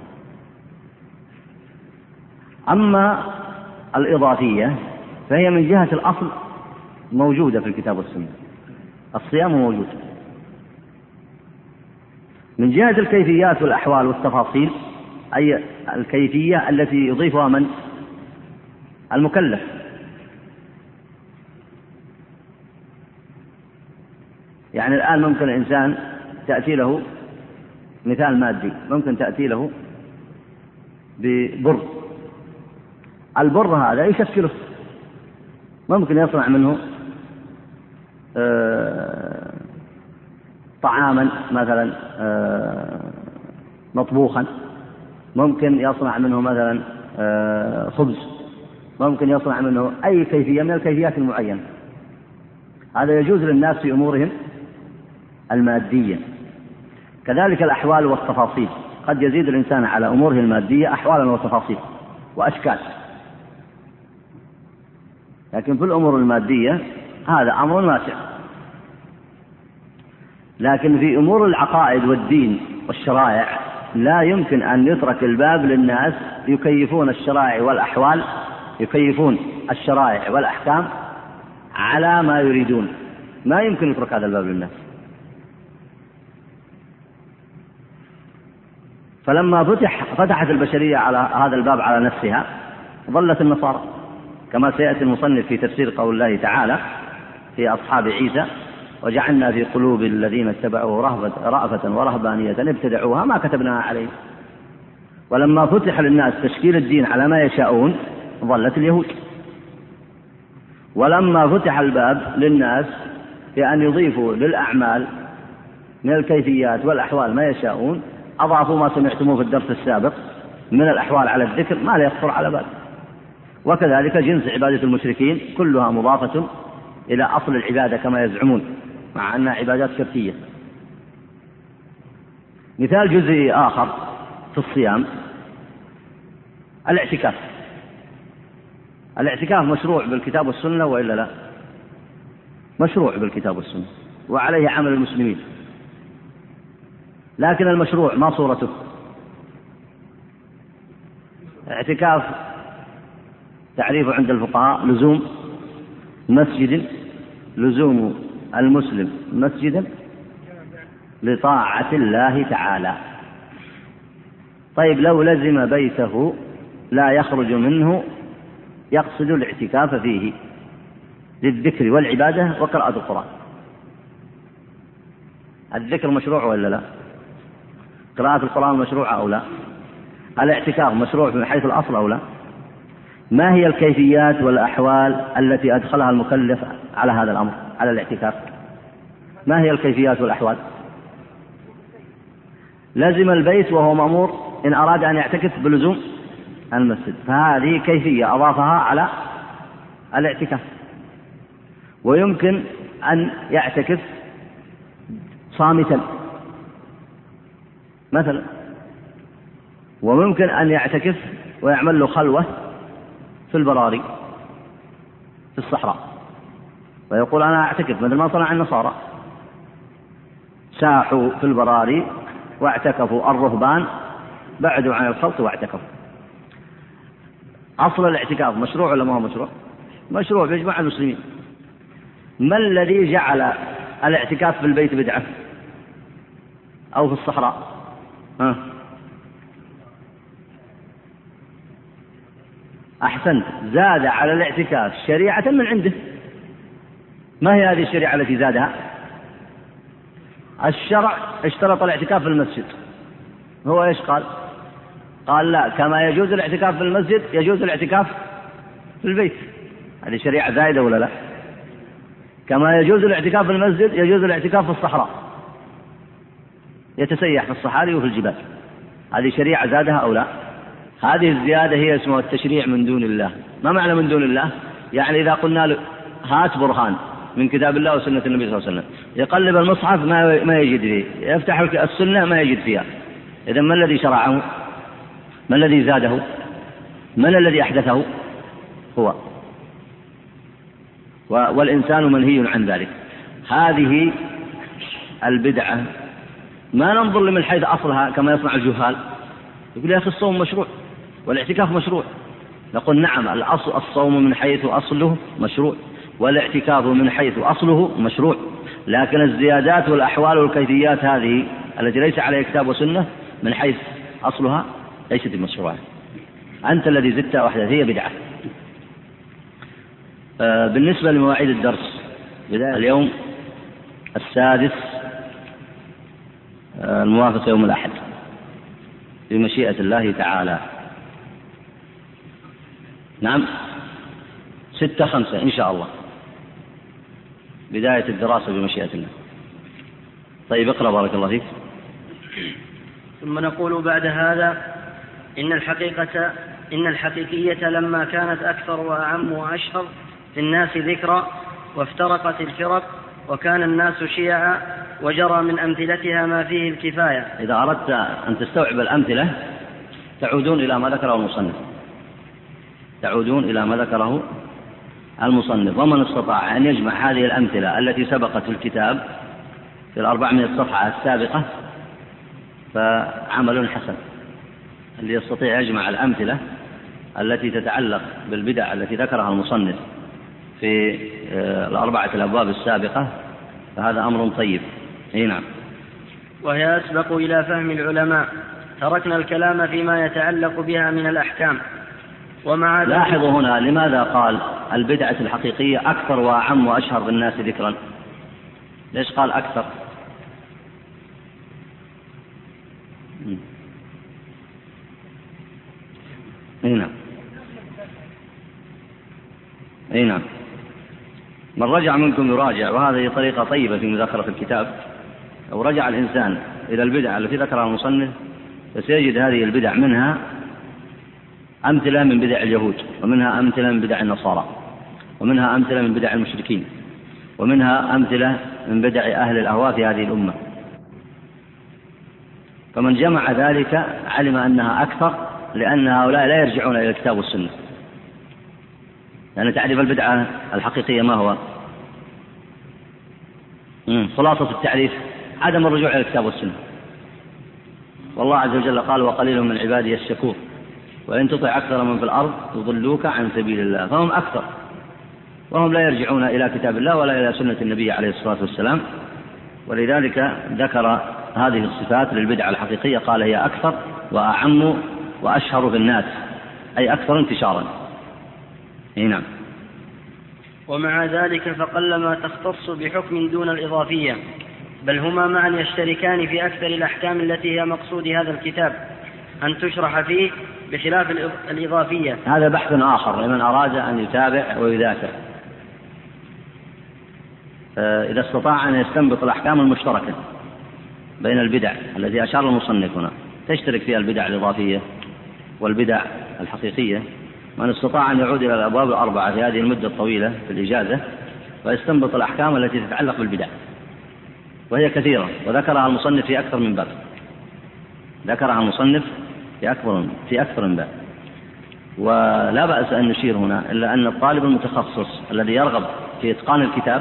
أما الإضافية فهي من جهة الأصل موجودة في الكتاب والسنة، الصيام موجود. من جهة الكيفيات والأحوال والتفاصيل، أي الكيفية التي يضيفها من؟ المكلف. يعني الآن ممكن الإنسان تأتي له مثال مادي، ممكن تأتي له ببر، البر هذا يشكله، ممكن يصنع منه آه طعاما مثلا آه مطبوخا، ممكن يصنع منه مثلا آه خبز، ممكن يصنع منه أي كيفية من الكيفيات المعينة. هذا يجوز للناس في أمورهم المادية. كذلك الأحوال والتفاصيل، قد يزيد الإنسان على أموره المادية أحوالا وتفاصيل وأشكال، لكن في الأمور المادية هذا أمر واسع. لكن في أمور العقائد والدين والشرائع لا يمكن أن يترك الباب للناس يكيفون الشرائع والأحوال، يكيفون الشرائع والأحكام على ما يريدون، ما يمكن يترك هذا الباب للناس. فلما فتح فتحت البشرية على هذا الباب على نفسها ظلت النصارى، كما سيأتي المصنف في تفسير قول الله تعالى في أصحاب عيسى: وجعلنا في قلوب الذين اتبعوه رأفة ورهبانية ابتدعوها ما كتبناها عليهم. ولما فتح للناس تشكيل الدين على ما يشاءون ظلت اليهود. ولما فتح الباب للناس في أن يضيفوا للأعمال من الكيفيات والأحوال ما يشاءون، أضافوا ما سمعتموه في الدرس السابق من الأحوال على الذكر ما لا يخطر على بال. وكذلك جنس عبادة المشركين كلها مضافة إلى أصل العبادة كما يزعمون، مع أنها عبادات شركية. مثال جزئي آخر في الصيام الاعتكاف. الاعتكاف مشروع بالكتاب والسنة وإلا لا؟ مشروع بالكتاب والسنة وعليه عمل المسلمين، لكن المشروع ما صورته؟ اعتكاف تعريفه عند الفقهاء لزوم مسجد، لزوم المسلم مسجدا لطاعة الله تعالى. طيب لو لزم بيته لا يخرج منه يقصد الاعتكاف فيه للذكر والعبادة وقراءة القرآن، الذكر مشروع ولا لا؟ قراءة القرآن مشروعة أو لا؟ الاعتكاف مشروع من حيث الأصل أو لا؟ ما هي الكيفيات والأحوال التي أدخلها المكلف على هذا الأمر، على الاعتكاف؟ ما هي الكيفيات والأحوال؟ لزم البيت وهو مأمور إن أراد أن يعتكف بلزوم المسجد، فهذه كيفية أضافها على الاعتكاف. ويمكن أن يعتكف صامتا مثلا، وممكن أن يعتكف ويعمل له خلوة في البراري في الصحراء ويقول أنا أعتكف، مثل ما صنع النصارى، ساحوا في البراري واعتكفوا الرهبان بعدوا عن الخلط واعتكفوا. أصل الاعتكاف مشروع ولا ما هو مشروع؟ مشروع بإجماع المسلمين. ما الذي جعل الاعتكاف في البيت بدعة أو في الصحراء؟ ها؟ أحسنت، زاد على الاعتكاف شريعة من عنده. ما هي هذه الشريعة التي زادها؟ الشرع اشترط الاعتكاف في المسجد، هو ايش قال؟ قال لا، كما يجوز الاعتكاف في المسجد يجوز الاعتكاف في البيت. هذه شريعة زائدة ولا لا؟ كما يجوز الاعتكاف في المسجد يجوز الاعتكاف في الصحراء، يتسيح في الصحاري وفي الجبال. هذه شريعة زادها أو لا؟ هذه الزيادة هي اسمها التشريع من دون الله. ما معنى من دون الله؟ يعني إذا قلنا له هات برهان من كتاب الله وسنة النبي صلى الله عليه وسلم، يقلب المصحف ما ما يجد فيه، يفتح السنة ما يجد فيها. إذن ما الذي شرعه؟ ما الذي زاده؟ من الذي أحدثه؟ هو، والإنسان منهي عن ذلك. هذه البدعة ما ننظر من حيث أصلها كما يصنع الجهال، يقول يا أخي الصوم مشروع والاعتكاف مشروع. نقول نعم، الأصل الصوم من حيث أصله مشروع، والاعتكاف من حيث أصله مشروع، لكن الزيادات والأحوال والكيفيات هذه التي ليس عليها كتاب وسنة من حيث أصلها ليست بمشروعة. أنت الذي زدت واحدة هي بدعة. آه بالنسبة لمواعيد الدرس، اليوم السادس آه الموافق يوم الأحد بمشيئة الله تعالى. نعم، ستة خمسة إن شاء الله بداية الدراسة بمشيئة الله. طيب اقرأ بارك الله فيك. ثم نقول بعد هذا إن الحقيقة إن الحقيقية لما كانت أكثر وأعم وأشهر في الناس ذكرا وافترقت الفرق وكان الناس شيعا وجرى من أمثلتها ما فيه الكفاية. إذا أردت أن تستوعب الأمثلة تعودون إلى ما ذكره المصنف تعودون إلى ما ذكره المصنف ومن استطاع أن يجمع هذه الأمثلة التي سبقت في الكتاب في الأربعمائة صفحة السابقة فعمل حسن. اللي يستطيع يجمع الأمثلة التي تتعلق بالبدع التي ذكرها المصنف في الأربعة الأبواب السابقة فهذا أمر طيب. أي نعم. وهي أسبق إلى فهم العلماء. تركنا الكلام فيما يتعلق بها من الأحكام. ومع لاحظوا هنا لماذا قال البدعة الحقيقية أكثر وأعم وأشهر بالناس ذكرا؟ ليش قال أكثر؟ أي نعم. أي نعم. من رجع منكم يراجع، وهذه طريقة طيبة في مذاكرة الكتاب. لو رجع الإنسان إلى البدع التي ذكرها المصنف فسيجد هذه البدع منها أمثلة من بدع اليهود، ومنها أمثلة من بدع النصارى، ومنها أمثلة من بدع المشركين، ومنها أمثلة من بدع أهل الأهواء في هذه الأمة. فمن جمع ذلك علم أنها أكثر، لأن هؤلاء لا يرجعون إلى الكتاب والسنة. لأن تعريف البدعة الحقيقية ما هو؟ خلاصة التعريف عدم الرجوع إلى الكتاب والسنة. والله عز وجل قال وقليل من عبادي الشكور وإن تطع أكثر من في الأرض يضلوك عن سبيل الله. فهم أكثر وهم لا يرجعون إلى كتاب الله ولا إلى سنة النبي عليه الصلاة والسلام. ولذلك ذكر هذه الصفات للبدعة الحقيقية، قال هي أكثر وأعم وأشهر في الناس، أي أكثر انتشارا. نعم. ومع ذلك فقلما تختص بحكم دون الإضافية، بل هما معا يشتركان في أكثر الأحكام التي هي مقصود هذا الكتاب أن تشرح فيه، بخلاف الإضافية. هذا بحث آخر لمن أراد أن يتابع ويذاكر، إذا استطاع أن يستنبط الأحكام المشتركة بين البدع التي أشار المصنف هنا، تشترك فيها البدع الإضافية والبدع الحقيقية. من استطاع أن يعود إلى الأبواب الأربعة في هذه المدة الطويلة في الإجازة ويستنبط الأحكام التي تتعلق بالبدع، وهي كثيرة، وذكرها المصنف في أكثر من باب ذكرها المصنف في أكثر في أكثر من باب. ولا بأس أن نشير هنا إلا أن الطالب المتخصص الذي يرغب في إتقان الكتاب،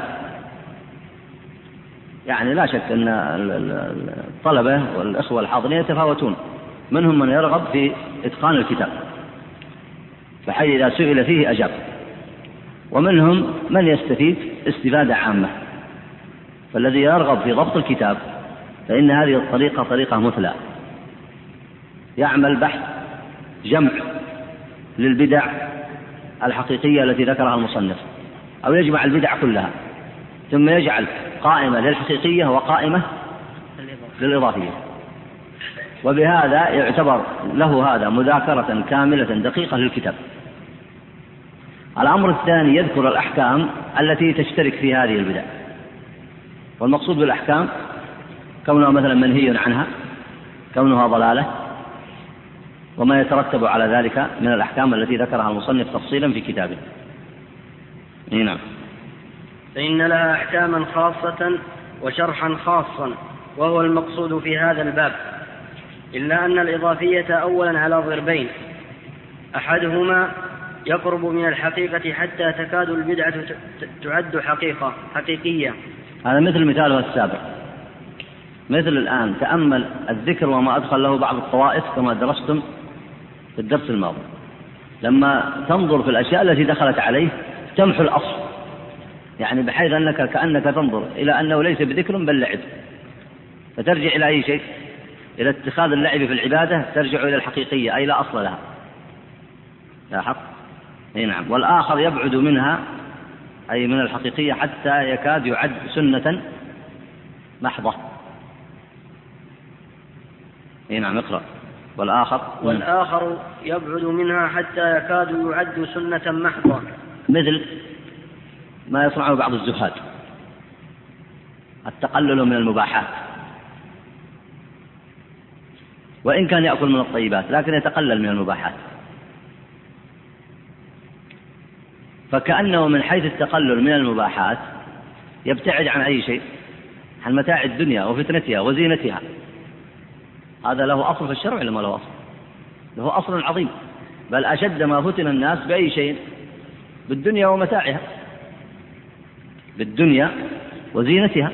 يعني لا شك أن الطلبة والأخوة الحاضرين يتفاوتون، منهم من يرغب في إتقان الكتاب بحيث إذا سئل فيه أجاب، ومنهم من يستفيد استفادة عامة. فالذي يرغب في ضبط الكتاب فإن هذه الطريقة طريقة مثلى، يعمل بحث جمع للبدع الحقيقية التي ذكرها المصنف، أو يجمع البدع كلها ثم يجعل قائمة للحقيقية وقائمة للإضافية، وبهذا يعتبر له هذا مذاكرة كاملة دقيقة للكتاب. الأمر الثاني يذكر الأحكام التي تشترك في هذه البدع، والمقصود بالأحكام كونها مثلا منهي عنها، كونها ضلالة، وما يترتب على ذلك من الأحكام التي ذكرها المصنف تفصيلا في كتابه. نعم. فإن لها أحكاما خاصة وشرحا خاصا، وهو المقصود في هذا الباب، إلا أن الإضافية أولا على ضربين، أحدهما يقرب من الحقيقة حتى تكاد البدعة تعد حقيقة حقيقية. هذا مثل مثاله السابق، مثل الآن تأمل الذكر وما أدخل له بعض الطوائف كما درستم في الدرس الماضي، لما تنظر في الأشياء التي دخلت عليه تمحو الأصل، يعني بحيث أنك كأنك تنظر إلى أنه ليس بذكر بل لعب، فترجع إلى أي شيء؟ إلى اتخاذ اللعب في العبادة، ترجع إلى الحقيقية أي لا أصل لها، لا حق. نعم. والآخر يبعد منها أي من الحقيقية حتى يكاد يعد سنة محضة. نعم اقرأ. والآخر والآخر يبعد منها حتى يكاد يعد سنة محضة، مثل ما يصنعه بعض الزهاد، التقلل من المباحات، وإن كان يأكل من الطيبات لكن يتقلل من المباحات، فكأنه من حيث التقلل من المباحات يبتعد عن أي شيء، عن متاع الدنيا وفتنتها وزينتها. هذا له أصل في الشرع ولا ما له أصل؟ له أصل عظيم، بل أشد ما فتن الناس بأي شيء؟ بالدنيا ومتاعها، بالدنيا وزينتها.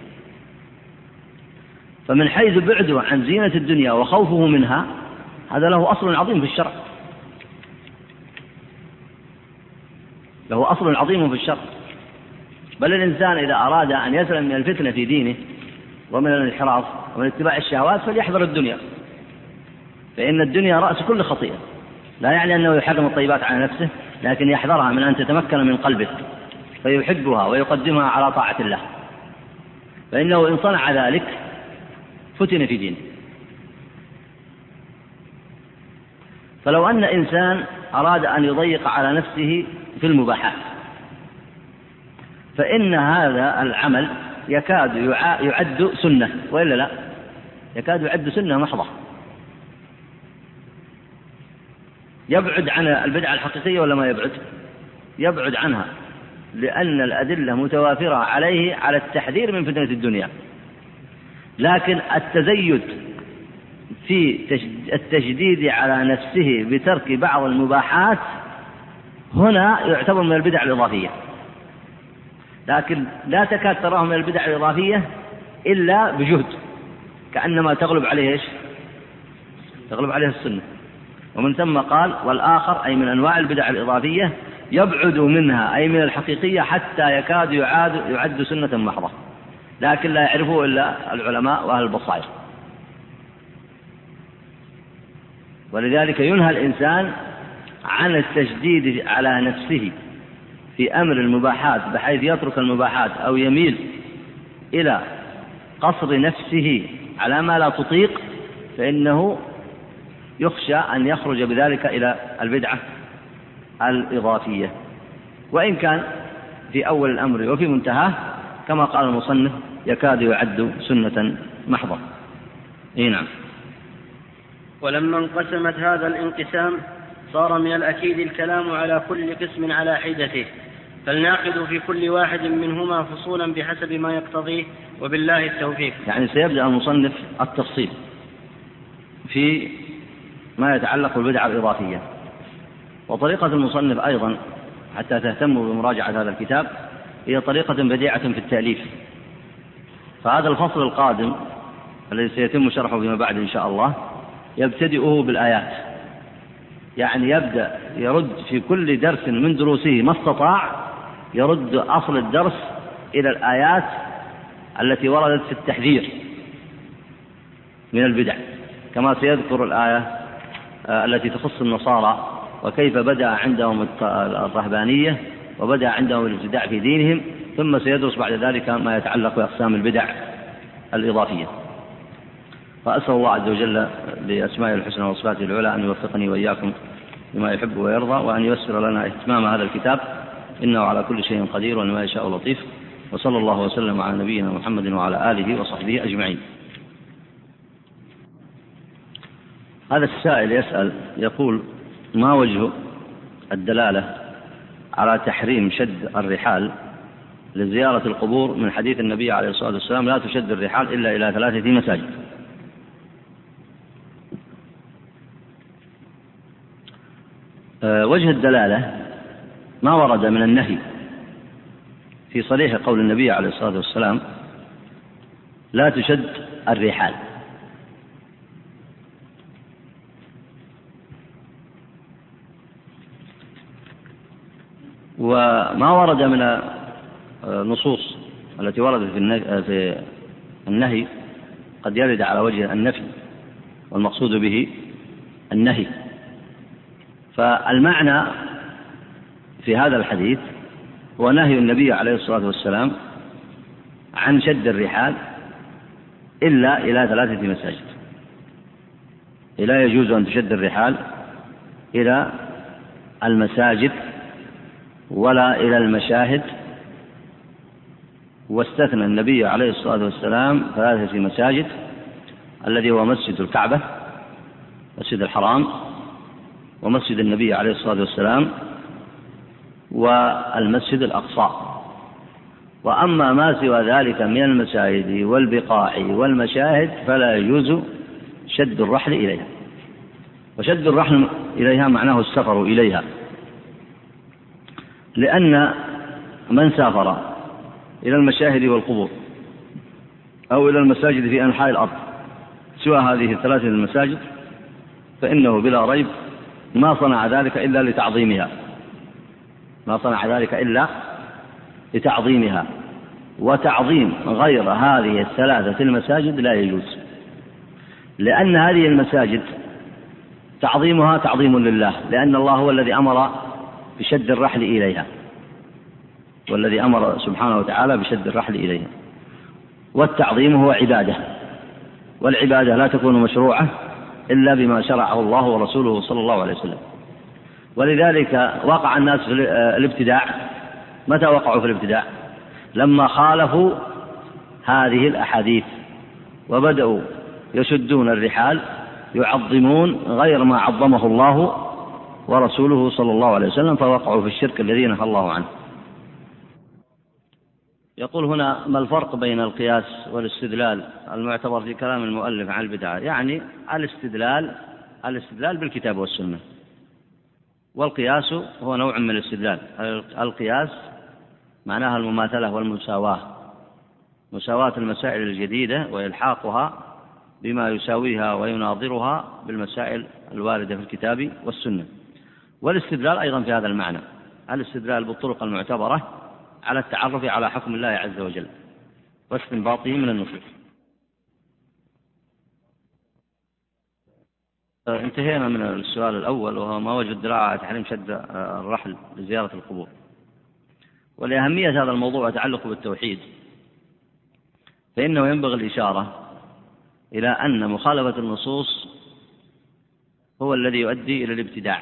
فمن حيث بعده عن زينة الدنيا وخوفه منها، هذا له أصل عظيم في الشرع، له أصل عظيم في الشرع. بل الإنسان إذا أراد أن يسلم من الفتنة في دينه ومن الانحراف ومن اتباع الشهوات فليحذر الدنيا، فإن الدنيا رأس كل خطيئة. لا يعني أنه يحرم الطيبات على نفسه، لكن يحذرها من أن تتمكن من قلبه فيحبها ويقدمها على طاعة الله، فإنه إن صنع ذلك فتن في دينه. فلو أن إنسان أراد أن يضيق على نفسه في المباحات فإن هذا العمل يكاد يعد سنة، وإلا لا؟ يكاد يعد سنة محضة، يبعد عن البدعة الحقيقية ولا ما يبعد؟ يبعد عنها، لأن الأدلة متوافرة عليه على التحذير من فتنة الدنيا. لكن التزيد في التشديد على نفسه بترك بعض المباحات هنا يعتبر من البدع الإضافية، لكن لا تكاد تراه من البدع الإضافية إلا بجهد، كأنما تغلب عليه إيش؟ تغلب عليه السنة. ومن ثم قال والآخر أي من أنواع البدع الإضافية يبعد منها أي من الحقيقية حتى يكاد يعاد يعد سنة محضة، لكن لا يعرفه إلا العلماء وأهل البصائر. ولذلك ينهى الإنسان عن التشديد على نفسه في أمر المباحات بحيث يترك المباحات أو يميل إلى قصر نفسه على ما لا تطيق، فإنه يخشى أن يخرج بذلك إلى البدعة الإضافية، وإن كان في أول الأمر وفي منتهاه كما قال المصنف يكاد يعد سنة محضة. إيه نعم. ولما انقسمت هذا الانقسام صار من الأكيد الكلام على كل قسم على حدته، فلنأخذ في كل واحد منهما فصولا بحسب ما يقتضيه، وبالله التوفيق. يعني سيبدأ المصنف التفصيل في ما يتعلق بالبدعة الإضافية. وطريقة المصنف أيضا حتى تهتموا بمراجعة هذا الكتاب هي طريقة بديعة في التأليف. فهذا الفصل القادم الذي سيتم شرحه فيما بعد إن شاء الله يبتدئه بالآيات، يعني يبدأ يرد في كل درس من دروسه ما استطاع يرد أصل الدرس إلى الآيات التي وردت في التحذير من البدع، كما سيذكر الآية التي تخص النصارى وكيف بدأ عندهم الرهبانية وبدأ عندهم الابتداع في دينهم، ثم سيدرس بعد ذلك ما يتعلق بأقسام البدع الإضافية. فأسأل الله عز وجل بأسمائه الحسنى وصفاته العلى أن يوفقني وإياكم بما يحب ويرضى، وأن ييسر لنا إتمام هذا الكتاب، إنه على كل شيء قدير وما يشاء لطيف. وصلى الله وسلم على نبينا محمد وعلى آله وصحبه أجمعين. هذا السائل يسأل يقول: ما وجه الدلالة على تحريم شد الرحال لزيارة القبور من حديث النبي عليه الصلاة والسلام: لا تشد الرحال إلا إلى ثلاثة مساجد؟ وجه الدلالة ما ورد من النهي في صريح قول النبي عليه الصلاة والسلام: لا تشد الرحال. وما ورد من النصوص التي وردت في النهي قد يرد على وجه النفي، والمقصود به النهي. فالمعنى في هذا الحديث هو نهي النبي عليه الصلاة والسلام عن شد الرحال إلا إلى ثلاثة مساجد. لا يجوز أن تشد الرحال إلى المساجد ولا إلى المشاهد، واستثنى النبي عليه الصلاة والسلام ثلاثة مساجد، الذي هو مسجد الكعبة، مسجد الحرام، ومسجد النبي عليه الصلاة والسلام، والمسجد الأقصى. وأما ما سوى ذلك من المساجد والبقاع والمشاهد فلا يجوز شد الرحل إليها. وشد الرحل إليها معناه السفر إليها، لأن من سافر إلى المشاهد والقبور أو إلى المساجد في أنحاء الأرض سوى هذه الثلاثة المساجد فإنه بلا ريب ما صنع ذلك إلا لتعظيمها، ما صنع ذلك إلا لتعظيمها. وتعظيم غير هذه الثلاثة المساجد لا يجوز، لأن هذه المساجد تعظيمها تعظيم لله، لأن الله هو الذي أمر بشد الرحل إليها، والذي أمر سبحانه وتعالى بشد الرحل إليها. والتعظيم هو عبادة، والعبادة لا تكون مشروعة إلا بما شرعه الله ورسوله صلى الله عليه وسلم. ولذلك وقع الناس في الابتداع. متى وقعوا في الابتداع؟ لما خالفوا هذه الأحاديث وبدأوا يشدون الرحال، يعظمون غير ما عظمه الله ورسوله صلى الله عليه وسلم، فوقعوا في الشرك الذي نهى الله عنه. يقول هنا: ما الفرق بين القياس والاستدلال المعتبر في كلام المؤلف عن البدعة؟ يعني الاستدلال الاستدلال بالكتاب والسنة، والقياس هو نوع من الاستدلال. القياس معناها المماثلة والمساواة، مساواة المسائل الجديدة وإلحاقها بما يساويها ويناظرها بالمسائل الواردة في الكتاب والسنة. والاستدلال أيضا في هذا المعنى، الاستدلال بالطرق المعتبرة على التعرف على حكم الله عز وجل واستنباطه من النصوص. انتهينا من السؤال الأول، وهو ما وجه الدلالة على تحريم شد الرحل لزيارة القبور. ولأهمية هذا الموضوع يتعلق بالتوحيد، فإنه ينبغي الإشارة إلى أن مخالفة النصوص هو الذي يؤدي إلى الابتداع،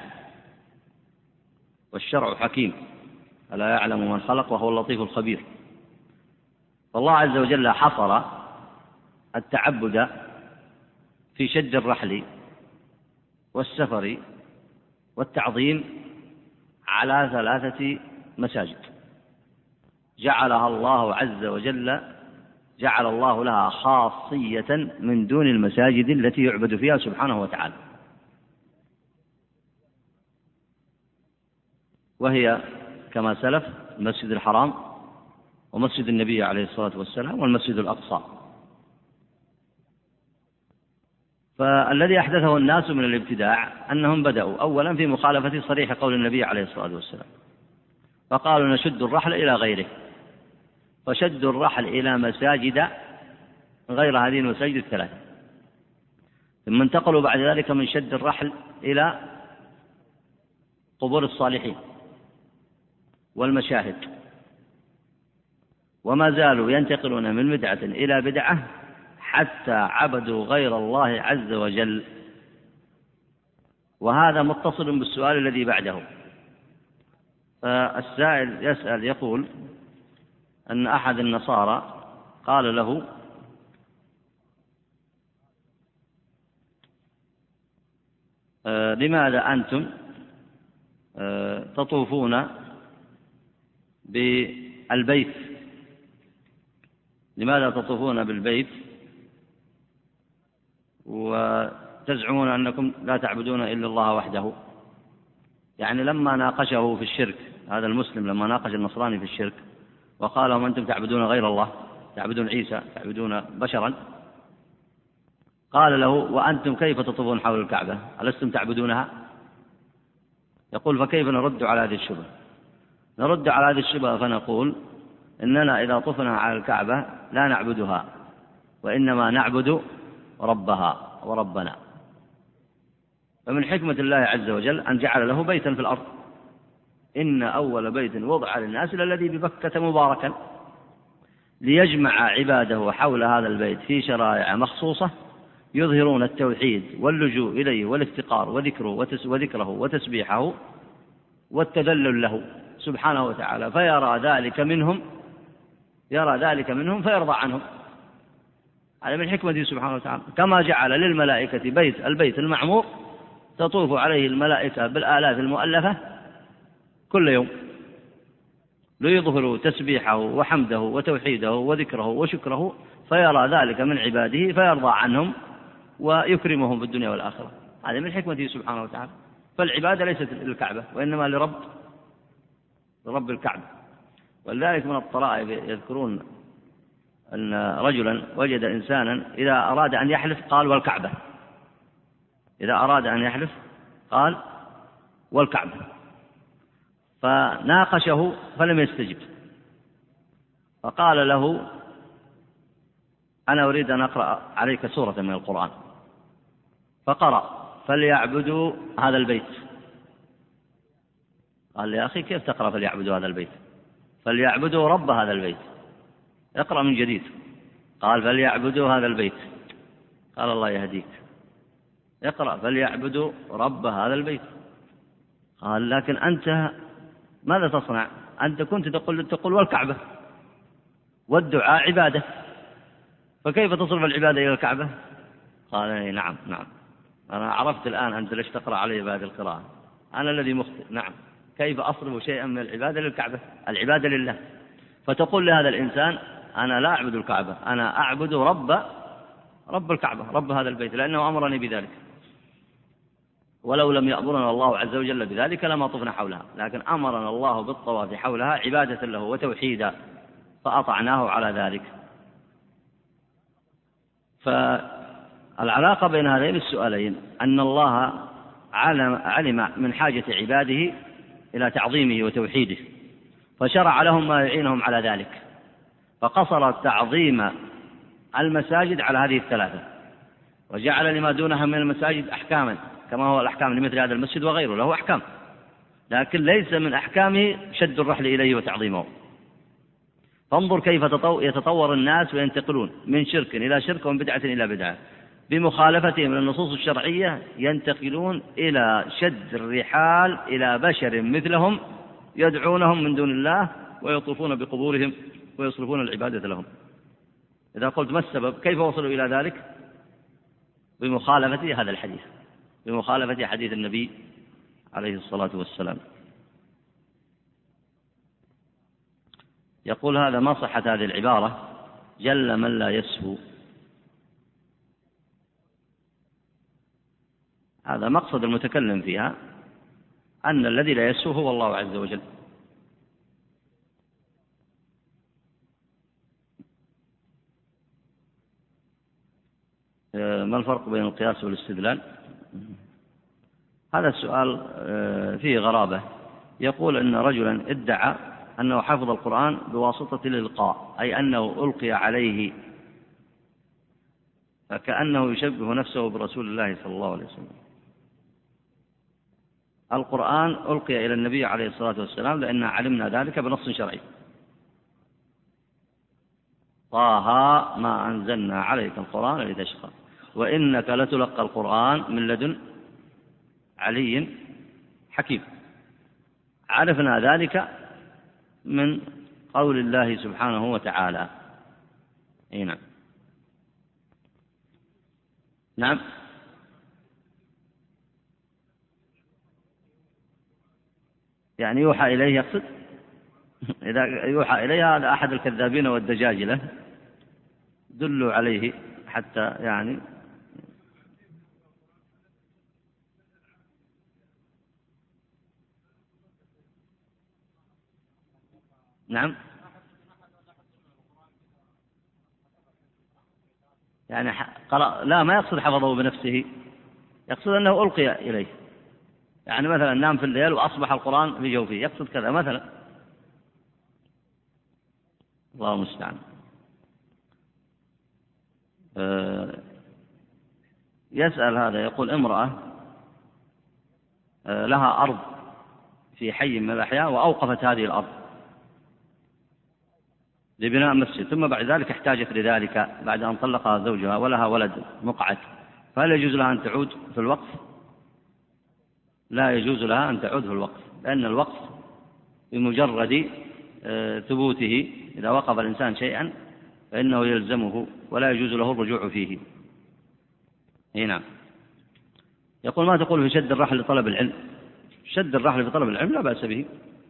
والشرع حكيم ألا يعلم من خلق وهو اللطيف الخبير. فالله عز وجل حصر التعبد في شد الرحل والسفر والتعظيم على ثلاثة مساجد جعلها الله عز وجل جعل الله لها خاصية من دون المساجد التي يعبد فيها سبحانه وتعالى، وهي كما سلف المسجد الحرام ومسجد النبي عليه الصلاة والسلام والمسجد الأقصى. فالذي أحدثه الناس من الابتداع أنهم بدأوا أولا في مخالفة صريح قول النبي عليه الصلاة والسلام، فقالوا نشد الرحل إلى غيره، فشدوا الرحل إلى مساجد غير هذه المساجد الثلاثة. ثم انتقلوا بعد ذلك من شد الرحل إلى قبور الصالحين والمشاهد، وما زالوا ينتقلون من بدعة إلى بدعة حتى عبدوا غير الله عز وجل. وهذا متصل بالسؤال الذي بعده. فالسائل يسأل يقول أن أحد النصارى قال له: لماذا أنتم تطوفون بالبيت لماذا تطوفون بالبيت وتزعمون أنكم لا تعبدون إلا الله وحده؟ يعني لما ناقشه في الشرك، هذا المسلم لما ناقش النصراني في الشرك وقال لهم: أنتم تعبدون غير الله، تعبدون عيسى، تعبدون بشرا، قال له: وأنتم كيف تطوفون حول الكعبة؟ ألستم تعبدونها؟ يقول: فكيف نرد على هذه الشبهة؟ نرد على هذه الشبهة فنقول: إننا إذا طفنا على الكعبة لا نعبدها، وإنما نعبد ربها وربنا. فمن حكمة الله عز وجل أن جعل له بيتا في الأرض. إن أول بيت وضع للناس الذي ببكة مباركا، ليجمع عباده حول هذا البيت في شرائع مخصوصة يظهرون التوحيد واللجوء إليه والافتقار وذكره وذكره وتسبيحه والتذلل له سبحانه وتعالى، فيرى ذلك منهم يرى ذلك منهم فيرضى عنهم. هذا من حكمته سبحانه وتعالى. كما جعل للملائكة بيت البيت المعمور تطوف عليه الملائكة بالآلاف المؤلفة كل يوم ليظهروا تسبيحه وحمده وتوحيده وذكره وشكره، فيرى ذلك من عباده فيرضى عنهم ويكرمهم في الدنيا والآخرة. هذا من حكمته سبحانه وتعالى. فالعبادة ليست للكعبة وإنما لرب لرب الكعبة. ولذلك من الطرائف يذكرون أن رجلا وجد إنسانا إذا أراد أن يحلف قال: والكعبة. إذا أراد أن يحلف قال: والكعبة. فناقشه فلم يستجب، فقال له: أنا أريد أن أقرأ عليك سورة من القرآن. فقرأ: فليعبدوا هذا البيت. قال: يا أخي كيف تقرأ فليعبدوا هذا البيت؟ فليعبدوا رب هذا البيت، اقرأ من جديد. قال: فليعبدوا هذا البيت. قال: الله يهديك، اقرأ: فليعبدوا رب هذا البيت. قال: لكن أنت ماذا تصنع؟ أنت كنت تقول, تقول والكعبة، والدعاء عبادة، فكيف تصرف العبادة إلى الكعبة؟ قال: نعم نعم أنا عرفت الآن أنت ليش تقرأ علي بهذه القراءة، أنا الذي مخطئ. نعم، كيف أصرف شيئا من العبادة للكعبة؟ العبادة لله. فتقول لهذا الإنسان: أنا لا أعبد الكعبة، أنا أعبد رب رب الكعبة، رب هذا البيت، لأنه أمرني بذلك، ولو لم يأمرنا الله عز وجل بذلك لما طفنا حولها، لكن أمرنا الله بالطواف حولها عبادة له وتوحيدا فأطعناه على ذلك. فالعلاقة بين هذين السؤالين أن الله علم, علم من حاجة عباده إلى تعظيمه وتوحيده، فشرع لهم ما يعينهم على ذلك، فقصر تعظيم المساجد على هذه الثلاثة، وجعل لما دونها من المساجد أحكاما، كما هو الأحكام لمثل هذا المسجد وغيره له أحكام، لكن ليس من أحكامه شد الرحل إليه وتعظيمه. فانظر كيف يتطور الناس وينتقلون من شرك إلى شرك ومن بدعة إلى بدعة، بمخالفتهم للنصوص الشرعية ينتقلون إلى شد الرحال إلى بشر مثلهم يدعونهم من دون الله ويطوفون بقبورهم ويصرفون العبادة لهم. إذا قلت ما السبب كيف وصلوا إلى ذلك؟ بمخالفة هذا الحديث، بمخالفة حديث النبي عليه الصلاة والسلام. يقول: هذا ما صحة هذه العبارة جل من لا يسهو؟ هذا مقصد المتكلم فيها أن الذي لا يسهو هو الله عز وجل. ما الفرق بين القياس والاستدلال؟ هذا السؤال فيه غرابة، يقول إن رجلا ادعى أنه حفظ القرآن بواسطة الإلقاء، أي أنه ألقي عليه، فكأنه يشبه نفسه برسول الله صلى الله عليه وسلم. القرآن ألقي إلى النبي عليه الصلاة والسلام لأن علمنا ذلك بنص شرعي: طه ما أنزلنا عليك القرآن لتشقى وإنك لتلقى القرآن من لدن علي حكيم. عرفنا ذلك من قول الله سبحانه وتعالى. إيه نعم. نعم. يعني يوحى إليه يقصد؟ إذا يوحى إليه هذا أحد الكذابين والدجاجلة، دلوا عليه حتى يعني. نعم. يعني قرأ، لا ما يقصد حفظه بنفسه، يقصد أنه ألقي إليه، يعني مثلا نام في الليل وأصبح القرآن في جوفه، يقصد كذا مثلا. الله المستعان. أه يسأل هذا، يقول امرأة أه لها أرض في حي من الأحياء وأوقفت هذه الأرض لبناء مسجد، ثم بعد ذلك احتاجت لذلك بعد أن طلقها زوجها ولها ولد مقعد، فهل يجوز لها أن تعود في الوقف؟ لا يجوز لها أن تعود في الوقف، لأن الوقف بمجرد ثبوته إذا وقف الإنسان شيئا فإنه يلزمه ولا يجوز له الرجوع فيه. هنا يقول: ما تقول في شد الرحل لطلب العلم؟ شد الرحل في طلب العلم لا بأس به،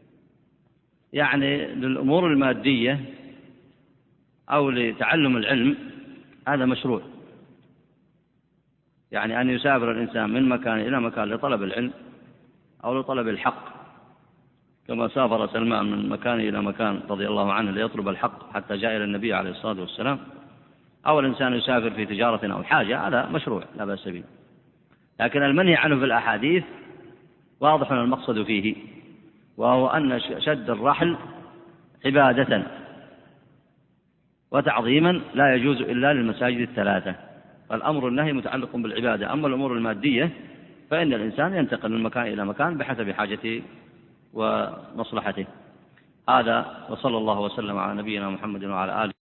يعني للأمور المادية أو لتعلم العلم هذا مشروع، يعني أن يسافر الإنسان من مكان إلى مكان لطلب العلم أو لطلب الحق، كما سافر سلمان من مكان إلى مكان رضي الله عنه ليطلب الحق حتى جاء إلى النبي عليه الصلاة والسلام، أو الإنسان يسافر في تجارة أو حاجة، هذا مشروع لا بأس به. لكن المنهي عنه في الأحاديث واضح المقصد فيه، وهو أن شد الرحل عبادة وتعظيما لا يجوز إلا للمساجد الثلاثة، فالأمر النهي متعلق بالعبادة. أما الأمور المادية فإن الإنسان ينتقل من مكان إلى مكان بحسب حاجته ومصلحته. هذا، وصلى الله وسلم على نبينا محمد وعلى آله